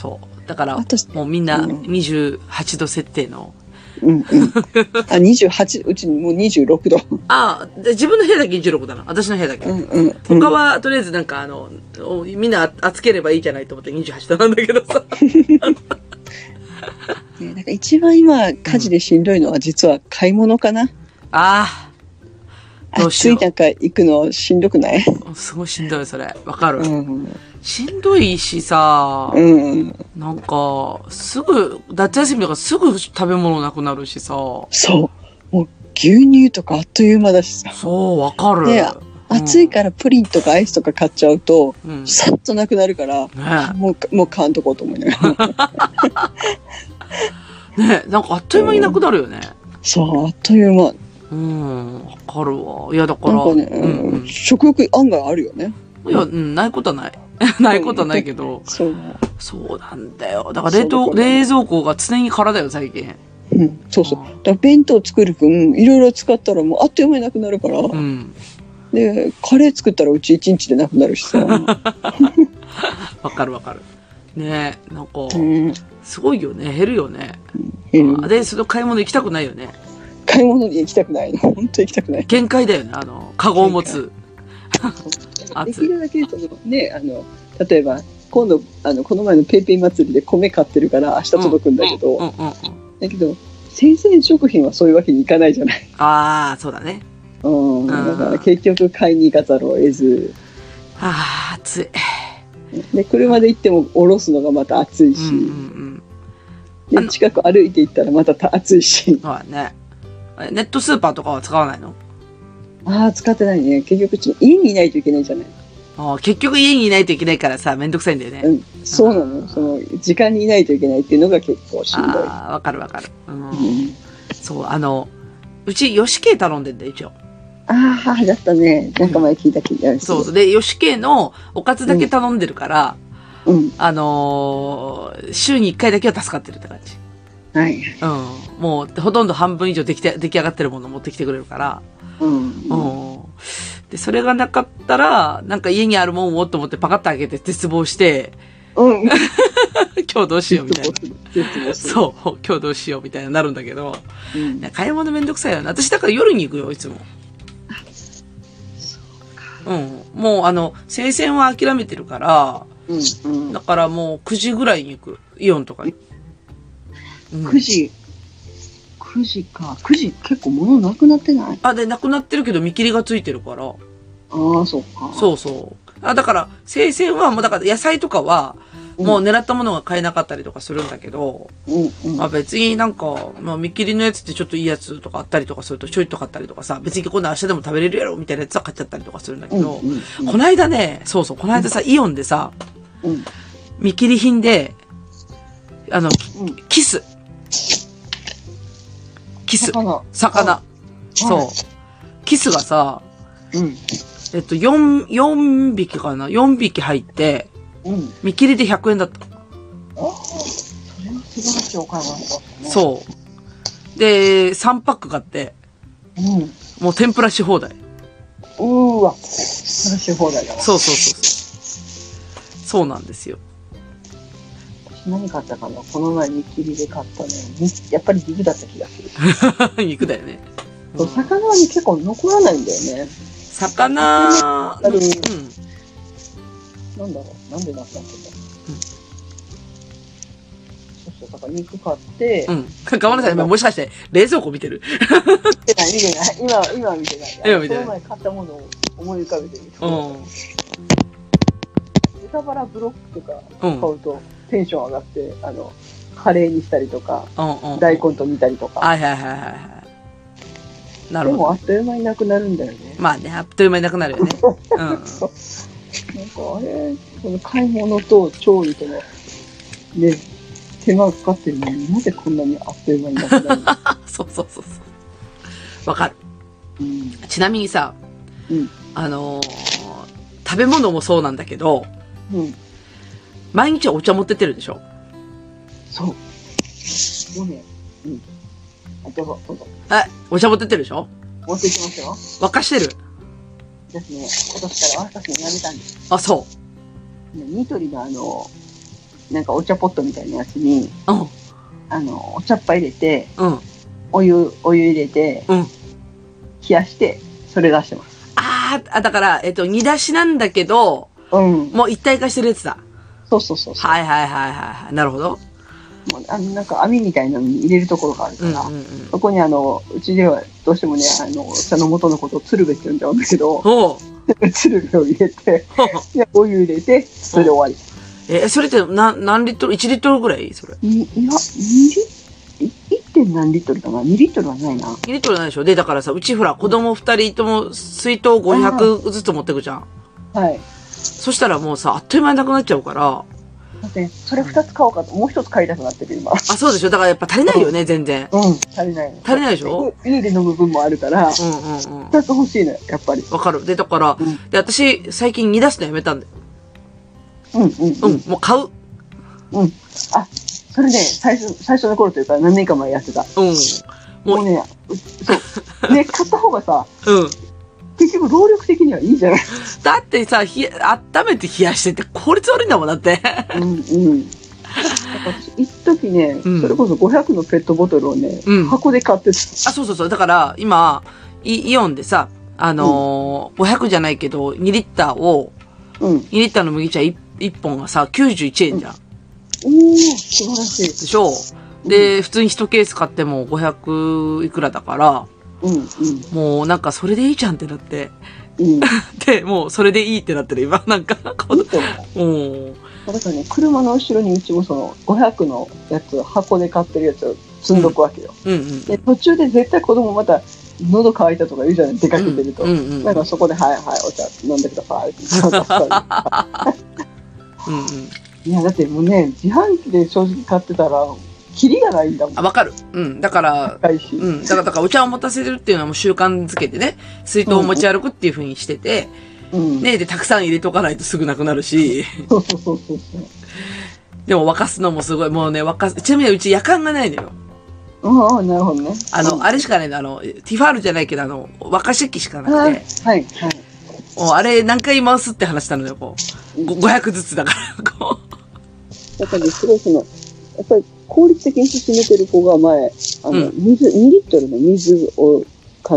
Speaker 2: だから、もうみんなにじゅうはちど設定の。
Speaker 3: うんうん。あ、にじゅうはち、うちもうにじゅうろくど。
Speaker 2: ああ、自分の部屋だけにじゅうろくだな。私の部屋だけ。うんうん、他は、とりあえずなんかあの、みんな暑ければいいじゃないと思ってにじゅうはちどなんだけどさ。
Speaker 3: ね、なんか一番今、家事でしんどいのは実は買い物かな。うん、
Speaker 2: あ
Speaker 3: あ。どうしよう。暑い中行くのしんどくない？
Speaker 2: すごいしんどい、それ。わかる。うんしんどいしさ、うん、なんか、すぐ、夏休みとかすぐ食べ物なくなるしさ。
Speaker 3: そう。もう牛乳とかあっという間だしさ。
Speaker 2: そう、わかる。
Speaker 3: で、うん、暑いからプリンとかアイスとか買っちゃうと、うん、さっとなくなるから、ね、もう、もう買わんとこうと思いながら。
Speaker 2: ね、なんかあっという間になくなるよね。
Speaker 3: うん、そう、あっという間。
Speaker 2: うん、わかるわ。いや、だから。
Speaker 3: なんかね、うんうん、食欲案外あるよね。
Speaker 2: いや、うん、ないことはない。ないことはないけど。そう。そうなんだよ。だから冷凍、冷蔵庫が常に空だよ、最近。
Speaker 3: うん、そうそう。だから弁当作る分、いろいろ使ったらもうあっという間になくなるから。うん。で、カレー作ったらうち一日でなくなるしさ。
Speaker 2: わかるわかる。ねえ、なんか、うん、すごいよね。減るよね。うん、で、その買い物行きたくないよね。
Speaker 3: 買い物に行きたくないの。本当行きたくない。
Speaker 2: 限界だよね。あの、カゴを持つ。
Speaker 3: できるだけそのね、あの例えば今度あのこの前のペイペイ祭りで米買ってるから明日届くんだけど、だけど生鮮食品はそういうわけにいかないじゃない。
Speaker 2: ああ、そうだね。
Speaker 3: うん、だから結局買いに行かざるを得ず。
Speaker 2: ああ、暑い。
Speaker 3: で車で行っても下ろすのがまた暑いし、うんうんうん、で近く歩いて行ったらまた暑いし。
Speaker 2: そうだね。ネットスーパーとかは使わないの？
Speaker 3: ああ、使ってないね。結局家にいないといけないじゃない。
Speaker 2: ああ、結局家にいないといけないからさ、めんどくさいんだよね。
Speaker 3: うん、そうなの。その時間にいないといけないっていうのが結構しんどい。
Speaker 2: ああ、わかるわかる。うん。うん、そう、あの、うち、ヨシケイ頼んでんだよ、一応。
Speaker 3: ああ、だったね。なんか前聞いた聞いた。うん、
Speaker 2: そうそう。で、ヨシケイのおかずだけ頼んでるから、うん。あのー、週にいっかいだけは助かってるって感じ。
Speaker 3: はい。
Speaker 2: うん。もう、ほとんど半分以上できて、出来上がってるものを持ってきてくれるから。うん。うん。で、それがなかったら、なんか家にあるもんをと思ってパカッと開けて絶望して、うん。今日どうしようみたいな。そう、今日どうしようみたいになるんだけど、うん、買い物めんどくさいよね。私だから夜に行くよ、いつも。うん。もうあの、生鮮は諦めてるから、うんうん、だからもうくじぐらいに行く。イオンとかに。
Speaker 3: うん、くじくじか。くじ結構物なくなってない？
Speaker 2: あ、で、なくなってるけど見切りがついてるから。
Speaker 3: ああ、そうか。
Speaker 2: そうそう。あ、だから、生鮮はもうだから野菜とかは、もう狙ったものが買えなかったりとかするんだけど、うんうん、まあ別になんか、まあ見切りのやつってちょっといいやつとかあったりとかするとちょいと買ったりとかさ、別に今度明日でも食べれるやろみたいなやつは買っちゃったりとかするんだけど、うんうんうん、この間ね、そうそう、この間さ、イオンでさ、うん、見切り品で、あの、うん、キス。キス。魚。魚。そう。はい、キスがさ、うん、えっと、四、四匹かな ?よん 匹入って、うん、見切りでひゃくえんだった。あ
Speaker 3: あ、それは素晴らしいお買い物だったね。
Speaker 2: そう。で、さんパック買って、うん、もう天ぷらし放題。
Speaker 3: うーわ、天ぷらし放題だわ。
Speaker 2: そうそうそうそう。そうなんですよ。
Speaker 3: 何買ったかなこの前見切りで買ったね。やっぱり肉だった気がす
Speaker 2: る。肉だよね。
Speaker 3: そう、魚は結構残らないんだよね。
Speaker 2: 魚、うん。
Speaker 3: なんだろうなんでなったんだろう、うん、そうそう、だから肉買って、
Speaker 2: うん。ごめんなさい、もしかして冷蔵庫見てる？
Speaker 3: 見てない、見てない。今、今は見てない。今見てない。この前買ったものを思い浮かべてる。うん。豚バラブロックとか買うとテンション上がって、あの、カレーにしたりとか、うんうん、大根と煮たりとか。
Speaker 2: はいはいはいはい。なるほど。
Speaker 3: でもあっという間になくなるんだよね。
Speaker 2: まあね、あっという間になくなるよね。うん。なんか
Speaker 3: あれ、この買い物と調理との、ね、手間がかかってるのになぜこんなにあっという間になくなるの？
Speaker 2: そうそうそうそう。わかる。うん、ちなみにさ、うん、あのー、食べ物もそうなんだけど、うん、毎日お茶持ってってるでしょ？
Speaker 3: そう。もうね、うん。あ、どうぞ、どうぞ。
Speaker 2: え、お茶持ってってるでしょ？
Speaker 3: 持っていきますよ。
Speaker 2: 沸かしてる？
Speaker 3: ですね、今年から沸かすのやめたんです。
Speaker 2: あ、そう。
Speaker 3: ニトリのあの、 なんかお茶ポットみたいなやつに、
Speaker 2: うん。
Speaker 3: あの、お茶っ葉入れて、
Speaker 2: うん。
Speaker 3: お湯、お湯入れて、
Speaker 2: うん。
Speaker 3: 冷やして、それ出してます。
Speaker 2: ああ、だから、えっと、煮出しなんだけど、
Speaker 3: うん。
Speaker 2: もう一体化してるやつだ。
Speaker 3: そうそうそうそう。
Speaker 2: はいはいはいはい。なるほど。
Speaker 3: もうあのなんか網みたいなのに入れるところがあるから、
Speaker 2: うんうんうん、
Speaker 3: そこにあの、うちではどうしてもね、あの、茶の元のことを鶴瓶って呼んじゃうんだけど、鶴瓶を入れて、でお湯入れて、それで終わり。
Speaker 2: え、それってな何リットル ?いち リットルぐらいそれ。
Speaker 3: いや、にリ、いってん何リットルかな ?に リットルはないな。
Speaker 2: にリットルないでしょで、だからさ、うちほら、子供ふたりとも水筒ごひゃくずつ持ってくじゃん。
Speaker 3: はい。
Speaker 2: そしたらもうさ、あっという間になくなっちゃうから。
Speaker 3: だって、それふたつ買おうかと、もうひとつ買いたくなってる今。あ、
Speaker 2: そうでしょだからやっぱ足りないよね、うん、全然。
Speaker 3: うん、足りない。
Speaker 2: 足りないでしょ
Speaker 3: 家で飲む分もあるから、うんうんうん。ふたつ欲しいのよ、やっぱり。
Speaker 2: わかる。で、だから、うん、で、私、最近煮出すのやめたんだよ。
Speaker 3: うんうん、うん。
Speaker 2: うん、もう買う。
Speaker 3: うん。あ、それね、最初、最初の頃というか何年か前やってた。うん。もう、もうね、そう。ね、買った方がさ、うん。結局労力的にはいいじゃない。
Speaker 2: だってさ、ひ、温めて冷やしてって効率悪いんだもんだって。うんうん。
Speaker 3: 一時ね、うん、それこそごひゃくのペットボトルをね、うん、箱で買ってた。
Speaker 2: あ、そうそうそう。だから、今、イ, イオンでさ、あのーうん、ごひゃくじゃないけど、にリッターを、うん、にリッターの麦茶 1, いっぽんがさ、きゅうじゅういちえんじゃん。
Speaker 3: うん、おー、素晴らしい。で
Speaker 2: しょで、うん、普通にいちケース買ってもごひゃくいくらだから、うんうん、もうなんかそれでいいじゃんってなって。うん、で、もうそれでいいってなってる今、なんか。いいと思う。うん。
Speaker 3: だからね、車の後ろにうちもそのごひゃくのやつ、箱で買ってるやつを積んどくわけよ。うんうんうん、で途中で絶対子供また喉乾いたとか言うじゃない、出かけてると。うんうんうん、だからそこで、はいはい、お茶飲んでくださいってうんうん。いや、だってもうね、自販機で正直買ってたら、キリがないんだもん。
Speaker 2: あ、わかる。うん。だから、うん。だから、だからお茶を持たせるっていうのはもう習慣づけてね、水筒を持ち歩くっていう風にしてて、うん、ねで、たくさん入れとかないとすぐなくなるし。そうそうそうそう。でも沸かすのもすごい、もうね、沸かす、ちなみにうち夜間がないのよ。
Speaker 3: ああ、なるほどね。
Speaker 2: あの、うん、あれしかないの、あの、ティファールじゃないけど、あの、沸かし器しかなくて。はい、はい。もうあれ何回回すって話したのよ、こう。ごひゃくずつだから、こ
Speaker 3: う。やっぱりすごいその、やっぱり効率的に進めてる子が前、あの、うん、水、にリットルの水を買って、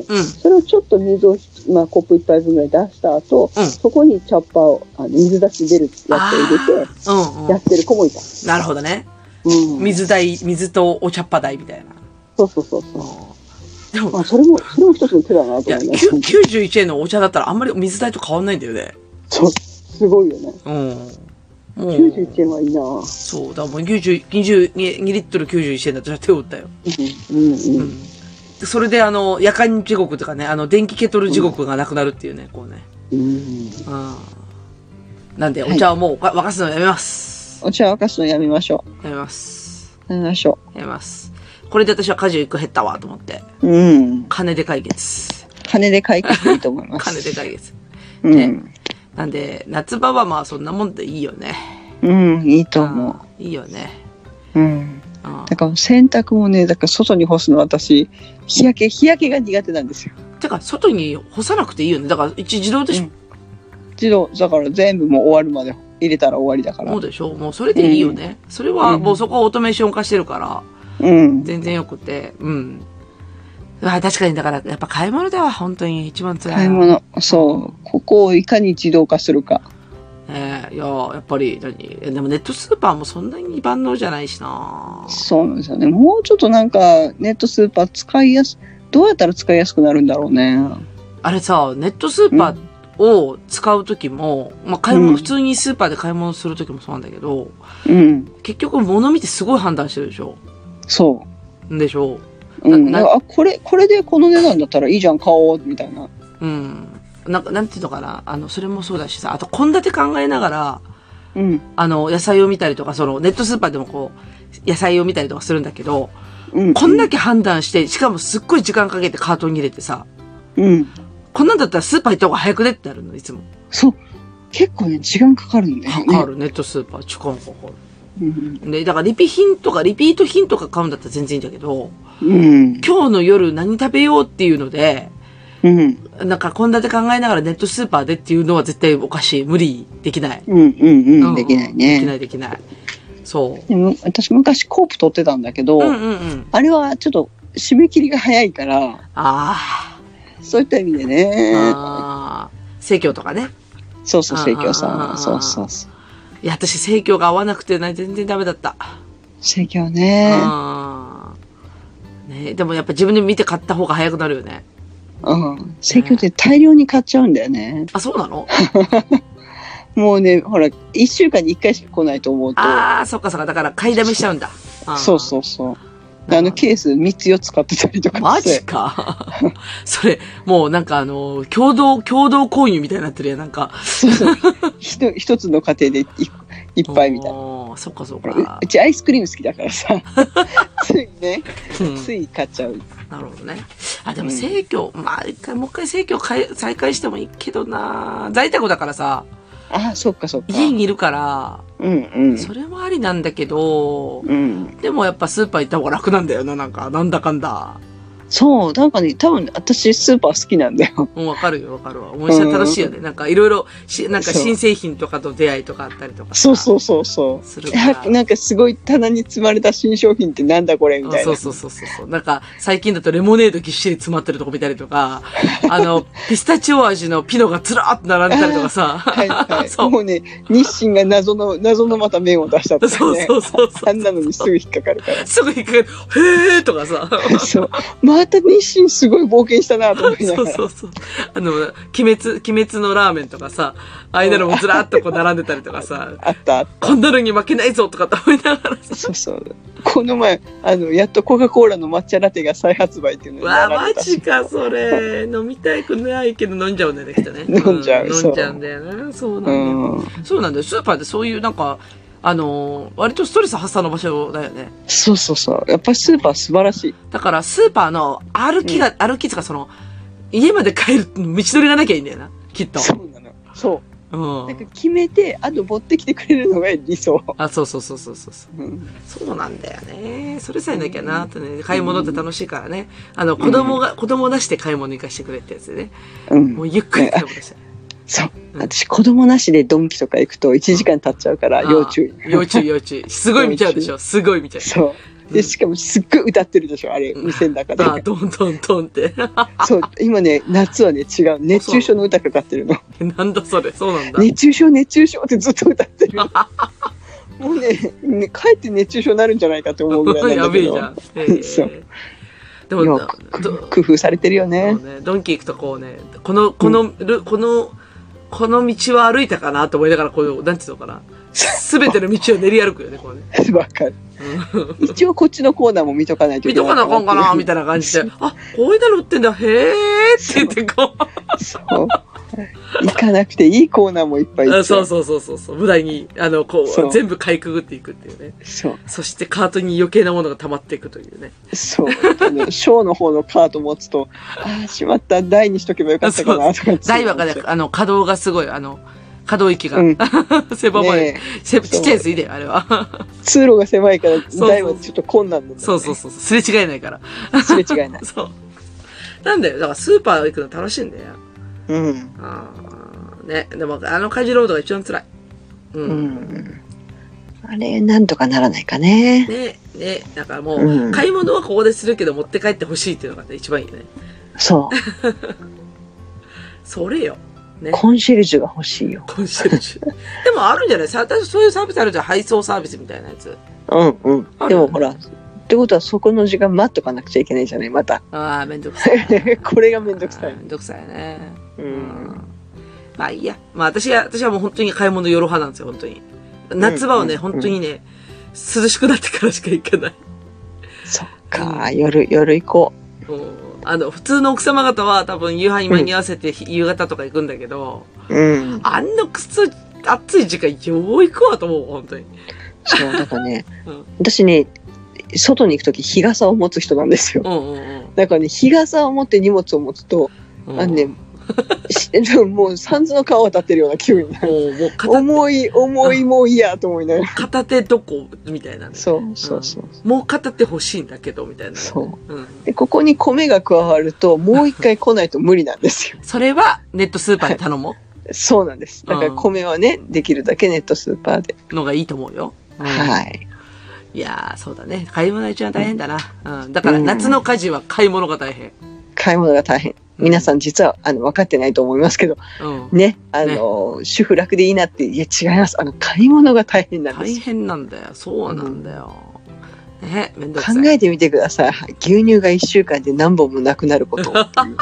Speaker 3: うん、それをちょっと水を、まあ、コップ一杯分ぐらい出した後、うん、そこに茶っ葉を、あの水出し出るやつを入れて、うんうん、やってる子もいた。
Speaker 2: なるほどね。うん、水代、水とお茶っ葉代みたいな。
Speaker 3: そうそうそうそう。でも、まあ、それも、それも一つの手だなと思います。
Speaker 2: いや、きゅうじゅういちえんのお茶だったらあんまり水代と変わんないんだよね。
Speaker 3: そう、すごいよね。うん。もうきゅうじゅういちえんはいいな。
Speaker 2: そう、だからもうにじゅう、にじゅうにリットルきゅうじゅういちえんだったら手を打ったよ。うん、うん、うん。うんそれであの、夜間地獄とかね、あの、電気ケトル地獄がなくなるっていうね、こうね。うん。うん。なんで、お茶をもう沸かすのやめます。
Speaker 3: お茶沸かすのやめましょ
Speaker 2: う。やめます。
Speaker 3: やめましょ
Speaker 2: う。やめます。これで私は家事一個減ったわ、と思って。うん。金で解決。
Speaker 3: 金で解決いいと思います。
Speaker 2: 金で解決。うん。なんで、夏場はまあそんなもんでいいよね。
Speaker 3: うん、いいと思う。
Speaker 2: いいよね。
Speaker 3: うん。だから洗濯もね、だから外に干すの私、日焼け、日焼けが苦手なんですよ。
Speaker 2: てか、外に干さなくていいよね。だから、一自動でしょ、うん、
Speaker 3: 自動、だから全部もう終わるまで入れたら終わりだから。
Speaker 2: そうでしょもうそれでいいよね。うん、それは、もうそこはオートメーション化してるから、うん。全然よくて、うん。あ確かに、だから、やっぱ買い物だわ、本当に一番辛い。
Speaker 3: 買い物、そう。ここをいかに自動化するか。
Speaker 2: ええー、いや、やっぱり、何でもネットスーパーもそんなに万能じゃないしな。
Speaker 3: そうなんですよね。もうちょっとなんか、ネットスーパー使いやす、どうやったら使いやすくなるんだろうね。
Speaker 2: あれさ、ネットスーパーを使うときも、うん、まあ、買い物、うん、普通にスーパーで買い物するときもそうなんだけど、うん。結局物見てすごい判断してるでしょ。
Speaker 3: そう。
Speaker 2: でしょ。
Speaker 3: うん。あ、これ、これでこの値段だったらいいじゃん、買おう、みたいな。
Speaker 2: うん。なんか、なんていうのかな。あの、それもそうだしさ、あと、献立考えながら、うん。あの、野菜を見たりとか、その、ネットスーパーでもこう、野菜を見たりとかするんだけど、うん。こんだけ判断して、しかもすっごい時間かけてカートに入れてさ、うん。こんなんだったらスーパー行った方が早くねってなるの、いつも。
Speaker 3: そう。結構ね、時間かかるんだよね。
Speaker 2: かかる、ネットスーパー、時間かかる。うん。で、だからリピ品とか、リピート品とか買うんだったら全然いいんだけど、うん。今日の夜何食べようっていうので、
Speaker 3: うん。
Speaker 2: なんか、献立考えながらネットスーパーでっていうのは絶対おかしい。無理。できない。
Speaker 3: うんうんうん。できないね。
Speaker 2: できないできない。そう。
Speaker 3: でも私昔コープ取ってたんだけど、うんうんうん、あれはちょっと締め切りが早いから、ああ。そういった意味でね。
Speaker 2: ああ。生協とかね。
Speaker 3: そうそう、生協さん。そうそうそう。
Speaker 2: いや、私生協が合わなくてね、全然ダメだった。
Speaker 3: 生協ね。
Speaker 2: あね、でもやっぱ自分で見て買った方が早くなるよね。
Speaker 3: うん。生協って大量に買っちゃうんだよね。
Speaker 2: あ、そうなの？
Speaker 3: もうね、ほら、一週間に一回しか来ないと思うと。
Speaker 2: ああ、そっかそっか。だから買いだめしちゃうんだ。
Speaker 3: そうそうそう。あのケースみっつよっつ買ってたりとか
Speaker 2: マジか。それ、もうなんかあの、共同、共同購入みたいになってるやん、なんか。
Speaker 3: そうそう。一一つの家庭でいいっぱいみたいな。
Speaker 2: そっかそっか。
Speaker 3: うちアイスクリーム好きだからさ。ついね、つい買っちゃう。
Speaker 2: なるほどね。あ、でも生協、うん、まあ一回、もう一回生協再開してもいいけどな。在宅だからさ。
Speaker 3: ああ、そっかそっか。
Speaker 2: 家にいるから、
Speaker 3: うんうん。
Speaker 2: それもありなんだけど、
Speaker 3: うん。
Speaker 2: でもやっぱスーパー行った方が楽なんだよな、なんか、なんだかんだ。
Speaker 3: そう、なんかね、多分私スーパー好きなんだよ。
Speaker 2: うん、わかるよ、わかるわ。面白い、楽しいよね。なんかいろいろ、なんか新製品とかと出会いとかあったりとか。
Speaker 3: そうそうそうそう。するからなんかすごい棚に積まれた新商品ってなんだこれみたいな。
Speaker 2: そうそうそうそう。なんか最近だとレモネードぎっしり詰まってるとこ見たりとか、あの、ピスタチオ味のピノがずらーっと並んでたりとかさ。
Speaker 3: はいはい。そう。もうね、日清が謎の、謎のまた麺を出したとかね。そうそうそうそう。あんなのにすぐ引っかかるから。
Speaker 2: すぐ引っかかる。へーとかさ。
Speaker 3: そう。また日清すごい冒険したなと思いながら。
Speaker 2: そうそうそう。あの、鬼滅、鬼滅のラーメンとかさ、ああいうのもずらーっとこう並んでたりとかさ。
Speaker 3: あったあった。
Speaker 2: こんなのに負けないぞとかって思いながらさ。
Speaker 3: そうそう。この前、あの、やっとコカ・コーラの抹茶ラテが再発売っていうの
Speaker 2: わあ、マジか、それ。飲みたくないけど飲んじゃうんだよね、きっとね。
Speaker 3: 飲んじゃう。
Speaker 2: うん、飲んじゃうんだよな。そうなんだよ、うん。そうなんだよ。スーパーでそういうなんか、あのー、割とストレス発散の場所だよね。
Speaker 3: そうそうそう。やっぱりスーパー素晴らしい。
Speaker 2: だからスーパーの歩きが、うん、歩きつかその、家まで帰る道のりがなきゃいいんだよな、きっと。
Speaker 3: そうなの。そう。
Speaker 2: うん。
Speaker 3: なんか決めて、あと持ってきてくれるのが理想。
Speaker 2: あ、そうそうそうそうそう。うん、そうなんだよね。それさえなきゃなってね、買い物って楽しいからね。あの、子供が、うん、子供出して買い物行かしてくれってやつでね。うん。もうゆっくり買い物して。
Speaker 3: そう。私、子供なしでドンキとか行くといちじかん経っちゃうから、要注意。
Speaker 2: 要注意、要注意。すごい見ちゃうでしょ。すごい見ちゃう。
Speaker 3: そう。で、しかもすっごい歌ってるでしょ、あれ、店の中で。
Speaker 2: あ、ドンドンドンって。
Speaker 3: そう、今ね、夏はね、違う。熱中症の歌かかってるの。
Speaker 2: なんだそれ、そうなんだ。
Speaker 3: 熱中症、熱中症ってずっと歌ってる。もうね、ね、帰って熱中症になるんじゃないかと思うぐらいなんだけど。やべえじゃん。そう。でも、工夫されてるよね。
Speaker 2: そうね。ドンキ行くとこうね、この、この、この、この道は歩いたかなと思いながら、こう、なんていうのかな。すべての道を練り歩くよね、こう
Speaker 3: ね。わかる。一応こっちのコーナーも見とかないとい
Speaker 2: けない。見とかなあかんかなみたいな感じで。あ、こういうの売ってんだ、へーって言ってこ
Speaker 3: う。そう。行かなくていいコーナーもいっぱい行って。
Speaker 2: そうそうそうそうそう。無駄に、あの、こう、全部かいくぐっていくっていうね。
Speaker 3: そう。
Speaker 2: そしてカートに余計なものが溜まっていくというね。
Speaker 3: そう。あの、ショーの方のカート持つと、ああ、しまった、台にしとけばよかったかな、とか。
Speaker 2: 台はね、あの、可動がすごい、あの、可動域が、うん、狭い、ね、ちっちゃいやついいで、あれは。
Speaker 3: 通路が狭いから、台はちょっと困難なんだ、ね。
Speaker 2: そうそうそう。すれ違いないから。
Speaker 3: すれ違いない。
Speaker 2: そう。なんだよ。だからスーパー行くの楽しいんだよ。
Speaker 3: うん。
Speaker 2: ああ。ね。でも、あの家事労働が一番辛い。うん。うん、
Speaker 3: あれ、なんとかならないかね。
Speaker 2: ね。ね。だからもう、うん、買い物はここでするけど持って帰ってほしいっていうのが、ね、一番いいよね。
Speaker 3: そう。
Speaker 2: それよ。ね、
Speaker 3: コンシェルジュが欲しいよ。
Speaker 2: コンシェルジュ。でもあるんじゃないさ、私そういうサービスあるじゃん。配送サービスみたいなやつ。
Speaker 3: うんうん。でもほら、ってことはそこの時間待っとかなくちゃいけないじゃない、また。
Speaker 2: ああ、めんどくさい。
Speaker 3: これがめんどくさい。
Speaker 2: めんどくさいね。
Speaker 3: うん。うん、
Speaker 2: まあいいや。まあ私は、私はもう本当に買い物夜派なんですよ、本当に。夏場はね、うんうんうん、本当にね、涼しくなってからしか行かない。
Speaker 3: そっか、うん、夜、夜行こう。
Speaker 2: うんあの、普通の奥様方は多分夕飯に間に合わせて夕方とか行くんだけど、
Speaker 3: うん。
Speaker 2: あんなくそ暑い時間よう行くわと思う、本当に。
Speaker 3: そう、だからね、うん、私ね、外に行くとき日傘を持つ人なんですよ。
Speaker 2: うんうんうん、
Speaker 3: だからね、日傘を持って荷物を持つと、うん、あのね、 でももう、三途の川渡ってるような気分になる。もう、もう片手重い、重い、もういいやと思いながら。
Speaker 2: 片手どこみたいな、ね。
Speaker 3: そうそうそう、
Speaker 2: うん。もう片手欲しいんだけど、みたいな、ね。
Speaker 3: そう、
Speaker 2: うん。
Speaker 3: で、ここに米が加わると、もう一回来ないと無理なんですよ。
Speaker 2: それは、ネットスーパーで頼もう、はい。
Speaker 3: そうなんです。だから米はね、うん、できるだけネットスーパーで。
Speaker 2: のがいいと思うよ。
Speaker 3: うん、はい。
Speaker 2: いやー、そうだね。買い物が一番大変だな。うん。うん、だから、夏の家事は買い物が大変。
Speaker 3: 買い物が大変。皆さん実は、あの、分かってないと思いますけど、うん、ね、あの、ね、主婦楽でいいなって、いや、違います。あの、買い物が大変なんです。
Speaker 2: 大変なんだよ。そうなんだよ。うん、ね、めんどく
Speaker 3: さい。考えてみてください。牛乳が一週間で何本もなくなることっていうね。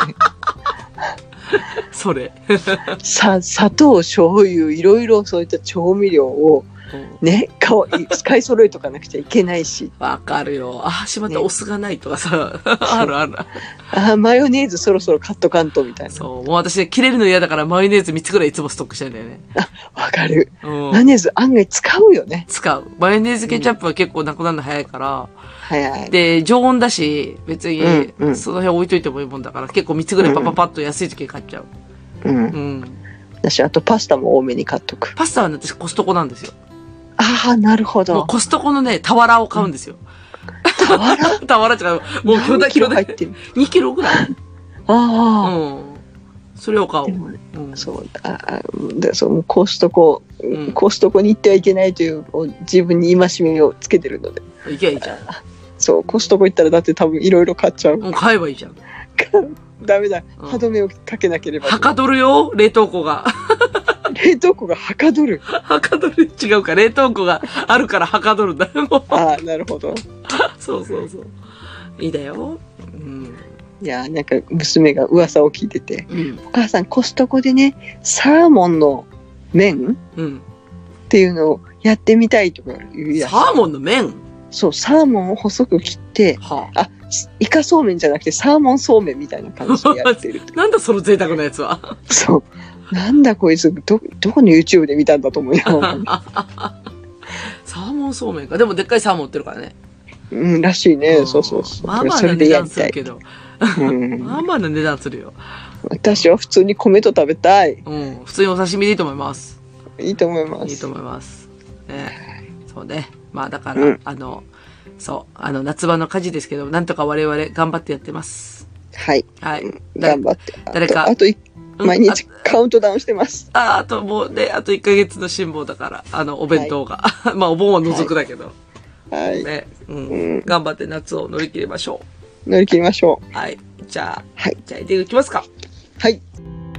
Speaker 2: それ。
Speaker 3: さ、砂糖、醤油、いろいろそういった調味料を、ね、使い揃えとかなくちゃいけないし。
Speaker 2: わかるよ。あ、しまった、ね、お酢がないとかさ、あるある。
Speaker 3: あ、マヨネーズそろそろ買っとかんとみたいな。
Speaker 2: そう。もう私、ね、切れるの嫌だからマヨネーズみっつぐらいいつもストックしてんだよね。
Speaker 3: あ、わかる。うん、マヨネーズ案外使うよね。
Speaker 2: 使う。マヨネーズケチャップは結構なくなるの早いから。
Speaker 3: 早い。
Speaker 2: で、常温だし、別に、その辺置いといてもいいもんだから、結構みっつぐらいパパパッと安い時に買っちゃう。
Speaker 3: うん。うん。私、あとパスタも多めに買っとく。
Speaker 2: パスタはね、私コストコなんですよ。
Speaker 3: ああ、なるほど。
Speaker 2: もうコストコのね、俵を買うんですよ。
Speaker 3: 俵
Speaker 2: 俵違う。もう巨大
Speaker 3: キロ入ってる。
Speaker 2: にキロぐらい。あ
Speaker 3: あ。
Speaker 2: うん。それを買おう。
Speaker 3: うん、そうだ。で、そのコストコ、うん、コストコに行ってはいけないという自分に戒めをつけてるので。
Speaker 2: 行けばいいじゃん。
Speaker 3: そう、コストコ行ったらだって多分いろいろ買っちゃう。
Speaker 2: もう買えばいいじゃん。
Speaker 3: ダメだ。歯止めをかけなければ。
Speaker 2: はかどるよ、冷凍庫が。
Speaker 3: 冷凍庫がはかどる。
Speaker 2: はかどる違うか。冷凍庫があるからはかどるんだよ。
Speaker 3: ああ、なるほど。
Speaker 2: そうそうそう。いいだよ。うん、
Speaker 3: いや、なんか娘が噂を聞いてて、うん、お母さんコストコでね、サーモンの麺、うん、っていうのをやってみたいとか言うやつ。
Speaker 2: サーモンの麺？
Speaker 3: そう、サーモンを細く切って、はあ、あ、イカそうめんじゃなくてサーモンそうめんみたいな感じでやってる。
Speaker 2: なんだその贅沢なやつは。
Speaker 3: そう。なんだこいつ、ど、どこの YouTube で見たんだと思いながら。
Speaker 2: サーモンそうめんか。でもでっかいサーモン売ってるからね。
Speaker 3: うん、らしいね。そうそうそう。
Speaker 2: まあまあな値段するけど。うん、まあまあな値段するよ。
Speaker 3: 私は普通に米と食べたい。
Speaker 2: うん。普通にお刺身でいいと思います。
Speaker 3: いいと思います。
Speaker 2: いいと思います。ね。そうね。まあだから、うん、あの、そう、あの、夏場の家事ですけど、なんとか我々頑張ってやってます。
Speaker 3: はい。
Speaker 2: はい。
Speaker 3: 頑張って。
Speaker 2: 誰か。
Speaker 3: あと一毎日カウントダウンしてます。
Speaker 2: あ、あともうね、あといっかげつの辛抱だから、あの、お弁当が。はい、まあ、お盆は除くだけど。
Speaker 3: はい。
Speaker 2: ね、うん、うん。頑張って夏を乗り切りましょ
Speaker 3: う。乗り切りましょ
Speaker 2: う。はい。じゃあ、
Speaker 3: はい。
Speaker 2: じゃあ、で、いきますか。
Speaker 3: はい。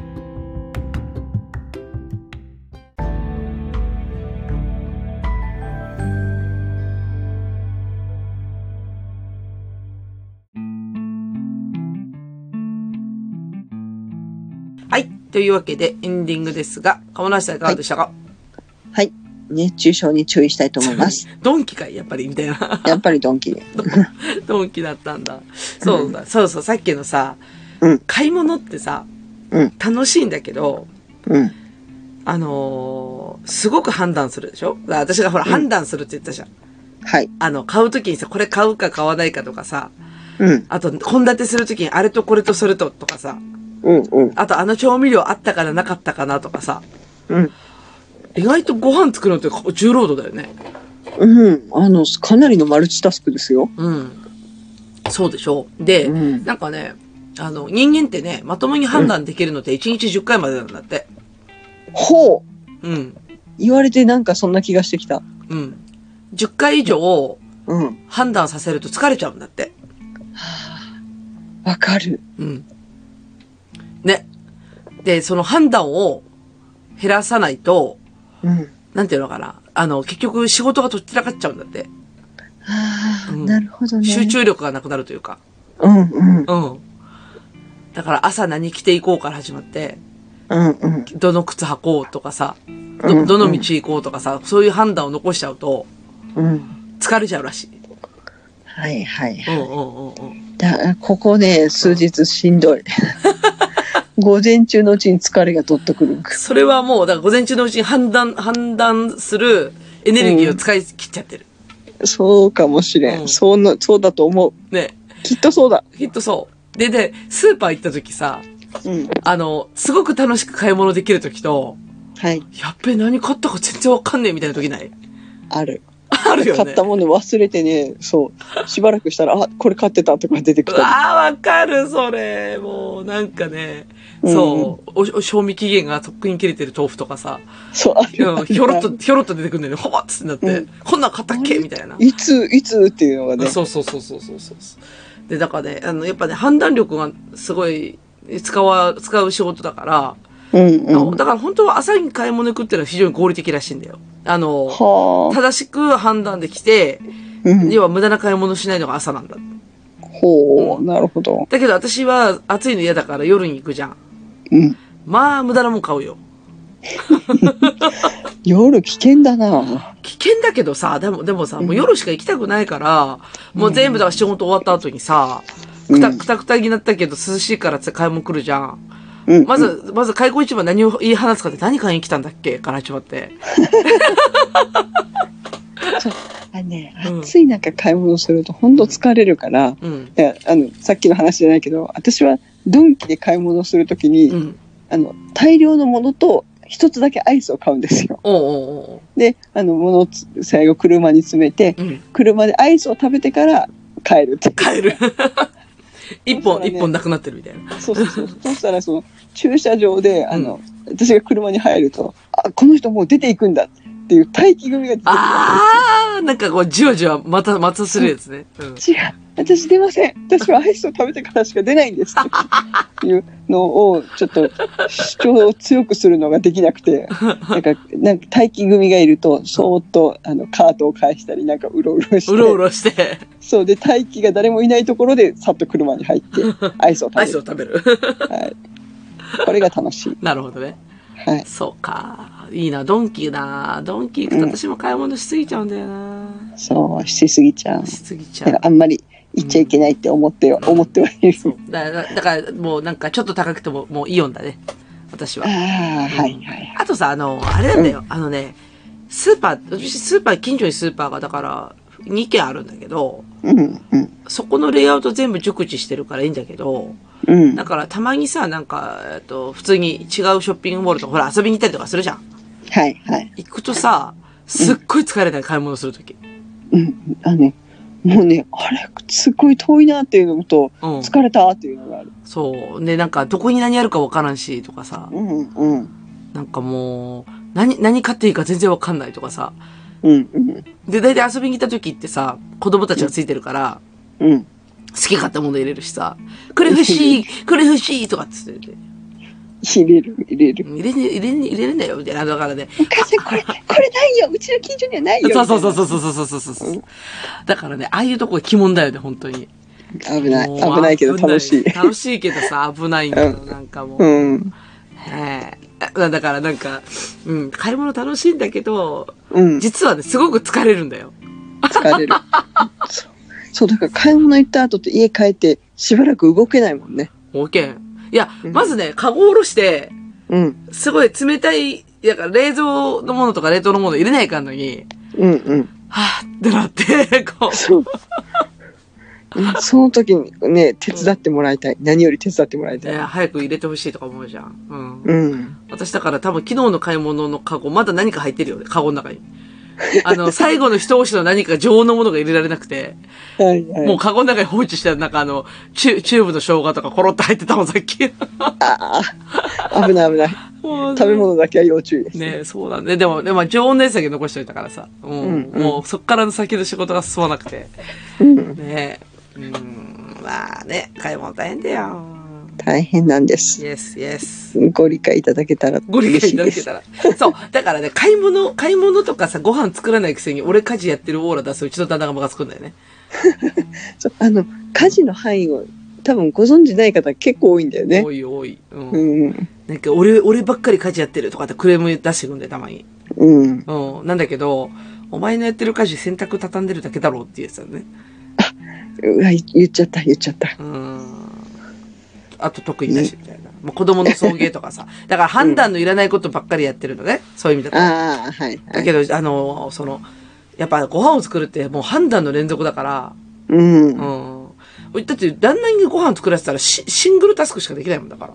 Speaker 2: はい。というわけで、エンディングですが、鴨梨さんいかがでしたか？
Speaker 3: はい。はい、熱中症に注意したいと思います。
Speaker 2: ドンキかいやっぱりみたいな。
Speaker 3: やっぱりドンキ。
Speaker 2: ドンキだったんだ。そうだ、うん、そうそう、さっきのさ、
Speaker 3: うん、
Speaker 2: 買い物ってさ、うん、楽しいんだけど、うん、あのー、すごく判断するでしょ？私がほら、うん、判断するって言ったじゃん。
Speaker 3: はい。
Speaker 2: あの、買うときにさ、これ買うか買わないかとかさ、
Speaker 3: うん。
Speaker 2: あと、献立するときにあれとこれとそれととかさ、
Speaker 3: うんうん。
Speaker 2: あと、あの調味料あったからなかったかなとかさ。
Speaker 3: うん。
Speaker 2: 意外とご飯作るのって重労働だよね。
Speaker 3: うん。あの、かなりのマルチタスクですよ。
Speaker 2: うん。そうでしょう。で、うん、なんかね、あの、人間ってね、まともに判断できるのっていちにちじゅっかいまでなんだって。
Speaker 3: うん、ほ
Speaker 2: う。うん。
Speaker 3: 言われてなんかそんな気がしてきた。
Speaker 2: うん。じゅっかい以上、うん。判断させると疲れちゃうんだって。
Speaker 3: はあ、わかる。
Speaker 2: うん。ね。で、その判断を減らさないと、
Speaker 3: うん、
Speaker 2: なんていうのかな。あの、結局仕事がとっちらかっちゃうんだって。
Speaker 3: ああ、うん、なるほどね。
Speaker 2: 集中力がなくなるというか。
Speaker 3: うんうん。
Speaker 2: うん。だから朝何着ていこうから始まって、
Speaker 3: うんうん。
Speaker 2: どの靴履こうとかさ、ど、どの道行こうとかさ、そういう判断を残しちゃうと、
Speaker 3: うん。
Speaker 2: 疲れちゃうらしい。
Speaker 3: はいはいはい。
Speaker 2: うんうんうんうん。
Speaker 3: だここね、数日しんどい。午前中のうちに疲れがどっとくる。
Speaker 2: それはもう、だから午前中のうちに判断、判断するエネルギーを使い切っちゃってる。
Speaker 3: うん、そうかもしれん。うん、そうの、そうだと思う。
Speaker 2: ね。
Speaker 3: きっとそうだ。
Speaker 2: きっとそう。で、で、スーパー行った時さ、
Speaker 3: うん。
Speaker 2: あの、すごく楽しく買い物できるときと、
Speaker 3: はい。
Speaker 2: やっべ、何買ったか全然わかんねえみたいなときない？
Speaker 3: ある。
Speaker 2: あるよね。
Speaker 3: 買ったもの忘れてね、そう。しばらくしたら、あ、これ買ってたとか出てきたり。
Speaker 2: ああ、わかる、それ。もう、なんかね、うん、そう、お、賞味期限がとっくに切れてる豆腐とかさ。
Speaker 3: そう、ある
Speaker 2: うん、ひょろっと、ひょろっと出てくるんだよね。ほばっつってなって、うん、こんなん買ったっけみたいな。
Speaker 3: いつ、いつっていうのがね。
Speaker 2: そうそうそうそうそうそう。で、だからね、あの、やっぱね、判断力がすごい、使わ、使う仕事だから、うんうん、だから本当は朝に買い物行くっていうのは非常に合理的らしいんだよ。あの、正しく判断できて、うん、要は無駄な買い物しないのが朝なんだ。
Speaker 3: ほう、うん、なるほど。
Speaker 2: だけど私は暑いの嫌だから夜に行くじゃん。うん。まあ、無駄なもん買うよ。
Speaker 3: 夜危険だな。
Speaker 2: 危険だけどさ、でも、でもさ、もう夜しか行きたくないから、うん、もう全部だから仕事終わった後にさ、くたくたくたになったけど涼しいからって買い物来るじゃん。うん、まず、まず、開口一番何を言い放つかって何買いに来たんだっけから始まって。
Speaker 3: あね、暑い中買い物すると本当疲れるから、うん、いやあのさっきの話じゃないけど、私はドンキで買い物するときに、うん、あの大量のものと一つだけアイスを買うんですよ。
Speaker 2: おうおうおう
Speaker 3: で、あの物を最後車に詰めて、うん、車でアイスを食べてから帰るって。
Speaker 2: 帰る。一本、ね、一本なくなってるみたいな。
Speaker 3: そうそうそう。そしたらその駐車場で、あの、うん、私が車に入ると、あ、この人もう出ていくんだっていう待機組が出てくるんですよ。
Speaker 2: ああ、なんかこう、じわじわまた、またするやつね。
Speaker 3: うん、違う。私出ません。私はアイスを食べてからしか出ないんです。っていうのを、ちょっと主張を強くするのができなくて、なんか、なんか待機組がいると、そーっと、あの、カートを返したり、なんかうろうろして。
Speaker 2: うろうろして。
Speaker 3: そうで、待機が誰もいないところで、さっと車に入って、アイスを食べる。
Speaker 2: アイスを食べる。
Speaker 3: はい。これが楽しい。
Speaker 2: なるほどね。
Speaker 3: はい。
Speaker 2: そうか。いいな、ドンキーな。ドンキー行くと私も買い物しすぎちゃうんだよな。
Speaker 3: うん、そう、しすぎちゃう。
Speaker 2: しすぎちゃう。
Speaker 3: あんまり行っちゃいけないって思っては、うん、思ってはいる。
Speaker 2: だから、だからもうなんかちょっと高くてももうイオンだね。私は。
Speaker 3: ああ、うん、はいはいはい。
Speaker 2: あとさ、あの、あれなんだよ。うん、あのね、スーパー、私スーパー、近所にスーパーがだからにけんあるんだけど、
Speaker 3: うんうん、
Speaker 2: そこのレイアウト全部熟知してるからいいんだけど、うん、だからたまにさ、なんか、えっと、普通に違うショッピングモールとか、ほら遊びに行ったりとかするじゃん。
Speaker 3: はいはい。
Speaker 2: 行くとさ、すっごい疲れたり買い物するとき。
Speaker 3: うん。あのね、もうね、あれ、すっごい遠いなっていうのと、うん、疲れたっていうのがある。
Speaker 2: そう。で、なんか、どこに何あるかわからんし、とかさ。
Speaker 3: うんうん。
Speaker 2: なんかもう、何、何買っていいか全然わかんないとかさ。
Speaker 3: うんうん。で、
Speaker 2: 大体遊びに行った時ってさ、子供たちがついてるから、
Speaker 3: うん。
Speaker 2: 好き勝手物入れるしさ、これ欲しい、これ欲しいとかっつってて。
Speaker 3: 入れる、入れる。
Speaker 2: 入れね、入れね、入れるんだよ、みたいな。だからね。
Speaker 3: お母さん、これ、これないよ。うちの近所にはないよ。
Speaker 2: そうそうそうそうそうそうそうそう、うん。だからね、ああいうとこ鬼門だよね、本当に。
Speaker 3: 危ない。危ないけど楽しい。
Speaker 2: 楽しいけどさ、危ないんだよ、うん、なんかもう。
Speaker 3: うん。
Speaker 2: ええ。だからなんか、うん、買い物楽しいんだけど、うん、実はね、すごく疲れるんだよ。
Speaker 3: 疲れる。そう。そう、だから買い物行った後って家帰ってしばらく動けないもんね。
Speaker 2: 動けん。いや、うん、まずね、カゴを下ろして、うん。すごい冷たい、だから冷蔵のものとか冷凍のもの入れないかんのに、
Speaker 3: うんうん。
Speaker 2: はぁってなって、こう。
Speaker 3: そう。その時にね、手伝ってもらいたい。うん、何より手伝ってもらいたい。
Speaker 2: ね、早く入れてほしいとか思うじゃん。うん。
Speaker 3: うん。
Speaker 2: 私だから多分昨日の買い物のカゴ、まだ何か入ってるよね、カゴの中に。あの、最後の一押しの何か常温のものが入れられなくて、
Speaker 3: はいはい、
Speaker 2: もうカゴの中に放置したら、なんかあの、チュチューブの生姜とかコロッと入ってたもん、さっき。
Speaker 3: ああ、危ない危ない。食べ物だけは要注意です
Speaker 2: ね。ね、そうだね。でも、でも常温のやつだけ残しといたからさ。うん、うんうん、もうそっからの先の仕事が進まなくて。
Speaker 3: うん、
Speaker 2: ねうん、まあね、買い物大変だよ。
Speaker 3: 大変なんです。
Speaker 2: イエス、イエス。
Speaker 3: ご理解いただけたら
Speaker 2: ご理解いただけたら。そう。だからね、買い物、買い物とかさ、ご飯作らないくせに、俺家事やってるオーラ出すうちの旦那がムカつくんだよね。
Speaker 3: そう、あの、家事の範囲を多分ご存知ない方結構多いんだよね。
Speaker 2: 多い多い。うん。
Speaker 3: うん、
Speaker 2: なんか、俺、俺ばっかり家事やってるとかってクレーム出してくんだよ、たまに。
Speaker 3: うん。
Speaker 2: うん。なんだけど、お前のやってる家事洗濯畳んでるだけだろうっていうやつだよね。
Speaker 3: あ、うわ、言っちゃった、言っちゃった。
Speaker 2: うん。あと得意だし、みたいな。もう子供の送迎とかさ。だから判断のいらないことばっかりやってるのね。そういう意味だと。
Speaker 3: ああ、はい。
Speaker 2: だけど、あの、その、やっぱご飯を作るってもう判断の連続だから。
Speaker 3: うん。
Speaker 2: うん。だって、旦那にご飯作らせたらシシングルタスクしかできないもんだから。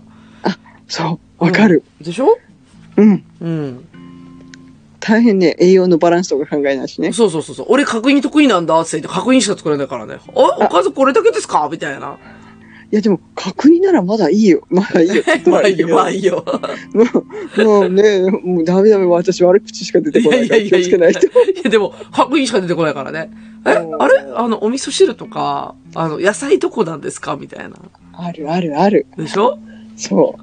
Speaker 3: そう、わかる、
Speaker 2: うん。でしょ？
Speaker 3: うん。
Speaker 2: うん。
Speaker 3: 大変ね、栄養のバランスとか考えないしね。
Speaker 2: そうそうそうそう。俺角煮得意なんだって言って角煮しか作れないからね。あ、おかずこれだけですかみたいな。
Speaker 3: いやでも、角煮ならまだいいよ。まだいいよ。
Speaker 2: まあいいよ、まあいいよ。
Speaker 3: もう、もうね、もうダメダメ、私悪口しか出てこないから気をつけないと。
Speaker 2: いやでも、角煮しか出てこないからね。え、あれあの、お味噌汁とか、あの、野菜どこなんですかみたいな。
Speaker 3: あるあるある。
Speaker 2: でしょ？そう。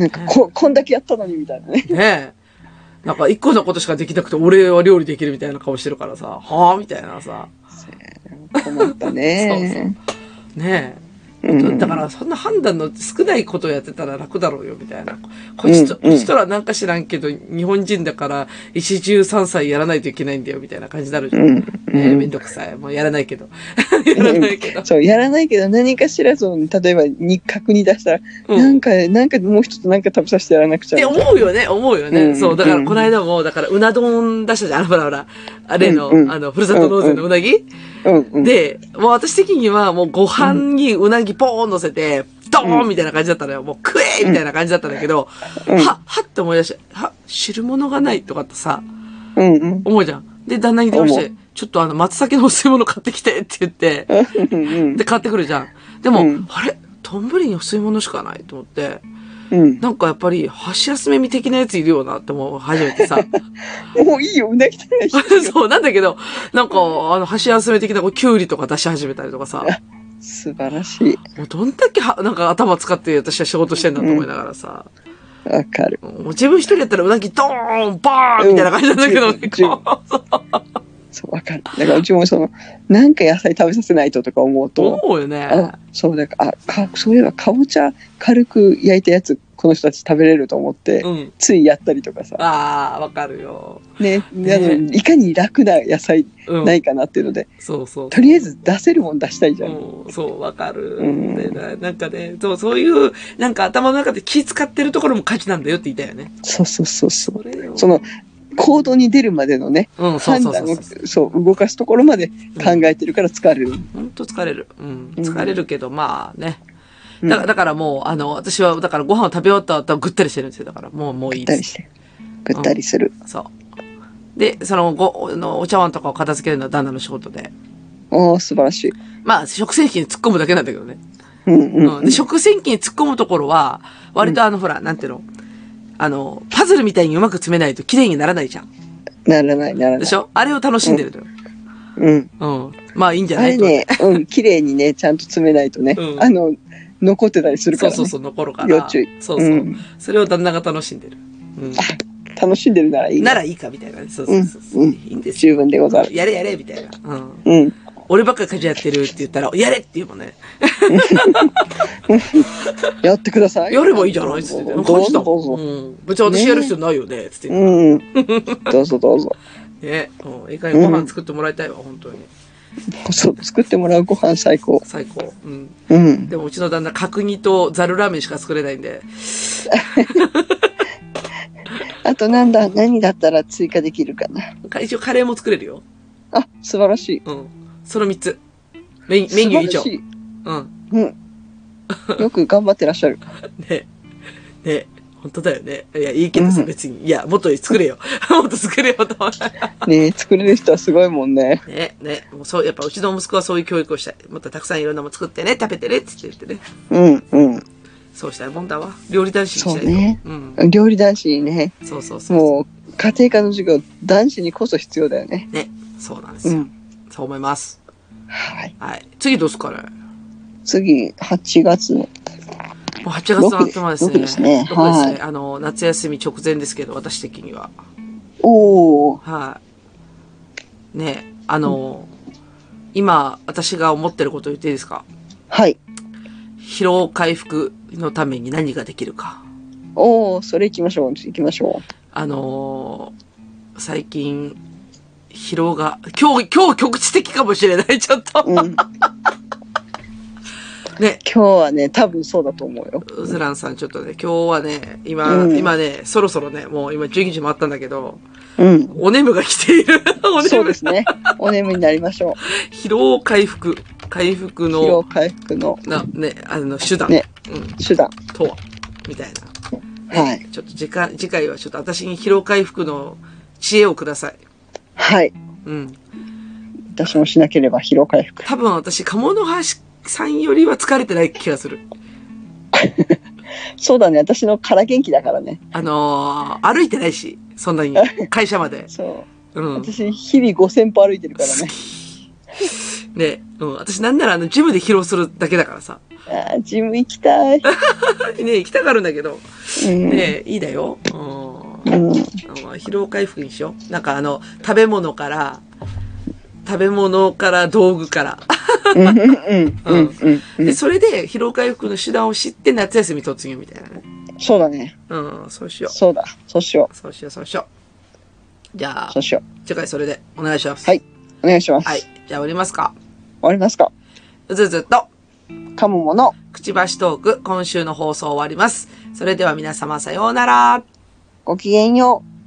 Speaker 3: なんか、こ、こんだけやったのにみたいなね。
Speaker 2: ねえ。なんか一個のことしかできなくて、俺は料理できるみたいな顔してるからさ、はぁみたいなさ。
Speaker 3: 困ったね。
Speaker 2: そうそう。ねえ。
Speaker 3: うん、
Speaker 2: だからそんな判断の少ないことをやってたら楽だろうよみたいな。こっちと、こっちとらなんか知らんけど、日本人だから一汁三菜やらないといけないんだよみたいな感じになるじゃん。うん、ね、めんどくさい。もうやらないけど。やらないけど。
Speaker 3: そう、やらないけど何かしらその、例えばに角煮出したら、うん、なんか、なんかもう一つなんか食べさせてやらなくちゃ。
Speaker 2: って思うよね、思うよね。うん、そう、だからこの間も、だからうな丼出したじゃん。あの、ほらほら、あれの、うんうん、あの、ふるさと納税のうなぎ、うんうん、で、もう私的にはもうご飯にうなぎポーン乗せて、ドーンみたいな感じだったのよ。もう食えみたいな感じだったんだけど、うん、は、はって思い出して、は、汁物がないとかってさ、うんうん、思うじゃん。で、旦那に電話して、ちょっとあの、松茸のお吸い物買ってきてって言って、で、買ってくるじゃん。でも、うん、あれ丼にお吸い物しかないと思って、うん、なんかやっぱり、箸休めみ的なやついるよなって思う、初めてさ。
Speaker 3: もういいよ、うなぎ食べない
Speaker 2: そう、なんだけど、なんか、あの、箸休め的な、こう、キュウリとか出し始めたりとかさ。
Speaker 3: 素晴らしい。
Speaker 2: もうどんだけは、なんか頭使って私は仕事してんだと思いながらさ。
Speaker 3: わ、うん、かる。
Speaker 2: もう自分一人やったらうなぎドーンバーンみたいな感じなんだけどね。
Speaker 3: そう、わかる。だからうちもその、なんか野菜食べさせないととか思うと。
Speaker 2: 思うよね。
Speaker 3: あ、そう、だから、あ、か、そういえばかぼちゃ軽く焼いたやつ、この人たち食べれると思って、うん、ついやったりとかさ。
Speaker 2: ああ、わかるよ。
Speaker 3: ね、ね、あの、いかに楽な野菜ないかなっていうので、
Speaker 2: うん、そうそう。
Speaker 3: とりあえず出せるもん出したいじゃん。
Speaker 2: うん、そう、わかる、うん、でな。なんかね、そう、そういう、なんか頭の中で気使ってるところも価値なんだよって言ったよね。
Speaker 3: そうそうそうそう。そ, その、行動に出るまでのね、うん、そうそうそうそう判断を、そう、動かすところまで考えてるから疲れる。
Speaker 2: ほんと疲れる。うん。疲れるけど、まあね。だから、だからもう、あの、私は、だからご飯を食べ終わった後はぐったりしてるんですよ。だから、もう、もういいです。ぐったりして。
Speaker 3: ぐったりする。
Speaker 2: うん、そう。で、その、ご、の、お茶碗とかを片付けるのは旦那の仕事で。
Speaker 3: おー、素晴らしい。
Speaker 2: まあ、食洗機に突っ込むだけなんだけどね。
Speaker 3: うんうん、うん。
Speaker 2: うん。で、食洗機に突っ込むところは、割とあの、うん、ほら、なんていうの、あの、パズルみたいにうまく詰めないと綺麗にならないじゃん。
Speaker 3: ならない、ならない。
Speaker 2: でしょ？あれを楽しんでるのよ。うん。うん。まあ、いいんじゃない？
Speaker 3: あれね、うん、綺麗にね、ちゃんと詰めないとね、うん、あの、残ってたりするからね。
Speaker 2: そうそうそう、残るから。要注意。そうそう、うん。それを旦那が楽しんでる。うん。
Speaker 3: 楽しんでるならいい。
Speaker 2: ならいいか、みたいなね。そうそうそうそう、うん。いいんです
Speaker 3: よ。十分でござる。
Speaker 2: やれやれ、みたいな。うん。
Speaker 3: うん。
Speaker 2: 俺ばっかり家事やってるって言ったら、やれって言うもんね。
Speaker 3: やってください。
Speaker 2: やればいいじゃないっつって。
Speaker 3: どうぞどうぞ。
Speaker 2: うん。別に私やる必要ないよね、つって。
Speaker 3: うん。どうぞどうぞ。
Speaker 2: ね、うん。いかにご飯作ってもらいたいわ、うん、本当に。
Speaker 3: そう、作ってもらうご飯最高。
Speaker 2: 最高。うん。
Speaker 3: うん。
Speaker 2: でもうちの旦那、角煮とざるラーメンしか作れないんで。
Speaker 3: あとなんだ、何だったら追加できるかな。
Speaker 2: 一応カレーも作れるよ。
Speaker 3: あ、素晴らしい。
Speaker 2: うん。その三つ。メニュー以上。うん。
Speaker 3: うん。よく頑張ってらっしゃる。
Speaker 2: ね。ね。本当だよね。いや、いいけどさ、うん、別に。いや、もっと作れよ。もっと作れよと思って。
Speaker 3: ねえ、作れる人はすごいもんね。
Speaker 2: ね、ね。もうそう、やっぱうちの息子はそういう教育をしたい。もっとたくさんいろんなもの作ってね、食べてね、って言ってね。
Speaker 3: うん、うん。
Speaker 2: そうしたいもんだわ。料理男子にしたい。
Speaker 3: そうね。うん。料理男子にね。
Speaker 2: そうそうそう。
Speaker 3: もう、家庭科の授業、男子にこそ必要だよね。
Speaker 2: ね。そうなんですよ。うん、そう思います。
Speaker 3: はい。
Speaker 2: はい。次どうすかね。
Speaker 3: 次、はちがつの。
Speaker 2: もうはちがつの頭ですね。
Speaker 3: ろくですね。
Speaker 2: ろくですね。あの、夏休み直前ですけど、私的には。
Speaker 3: おー。
Speaker 2: はい。ね、あの、うん、今、私が思ってることを言っていいですか？
Speaker 3: はい。
Speaker 2: 疲労回復のために何ができるか。
Speaker 3: おー、それ行きましょう。行きましょう。
Speaker 2: あのー、最近、疲労が、今日、今日局地的かもしれない、ちょっと。うんね。
Speaker 3: 今日はね、多分そうだと思うよ。
Speaker 2: ウズランさん、ちょっとね、今日はね、今、うん、今ね、そろそろね、もう今じゅうにじ回ったんだけど、
Speaker 3: うん。
Speaker 2: お眠が来ている。
Speaker 3: お眠そうですね。お眠になりましょ
Speaker 2: う。疲労回復。回復の。
Speaker 3: 疲労回復の。
Speaker 2: な、ね、あの、手段。
Speaker 3: ね。
Speaker 2: うん。
Speaker 3: 手段。
Speaker 2: とは。 みたいな。
Speaker 3: はい。
Speaker 2: ちょっと次回、次回はちょっと私に疲労回復の知恵をください。
Speaker 3: はい。
Speaker 2: うん。
Speaker 3: 私もしなければ疲労回復。
Speaker 2: 多分私、鴨の橋さんよりは疲れてない気がする。
Speaker 3: そうだね。私の空元気だからね。
Speaker 2: あのー、歩いてないし、そんなに。会社まで。
Speaker 3: そう。
Speaker 2: うん。
Speaker 3: 私、日々ごせん歩歩いてるからね。
Speaker 2: ね、うん。私なんならあの、ジムで疲労するだけだからさ。
Speaker 3: ああ、ジム行きたい。
Speaker 2: ね、行きたがるんだけど。
Speaker 3: うん、
Speaker 2: ね、いいだよ。うん。うん、疲労回復にしよう。なんかあの、食べ物から、食べ物から道具から。
Speaker 3: うんうんうんうん。
Speaker 2: で、それで疲労回復の手段を知って夏休み突入みたいなね。
Speaker 3: そうだね。
Speaker 2: うん、そうしよう。
Speaker 3: そうだ。そうしよ
Speaker 2: う。そうしよう、そうしよう。じゃあ、
Speaker 3: そうしよう。
Speaker 2: 次回それでお願いします。
Speaker 3: はい。お願いします。
Speaker 2: はい。じゃあ終わりますか。
Speaker 3: 終わりますか。
Speaker 2: うずずと、
Speaker 3: かももの、
Speaker 2: くちばしトーク、今週の放送終わります。それでは皆様さようなら。
Speaker 3: ごきげんよう。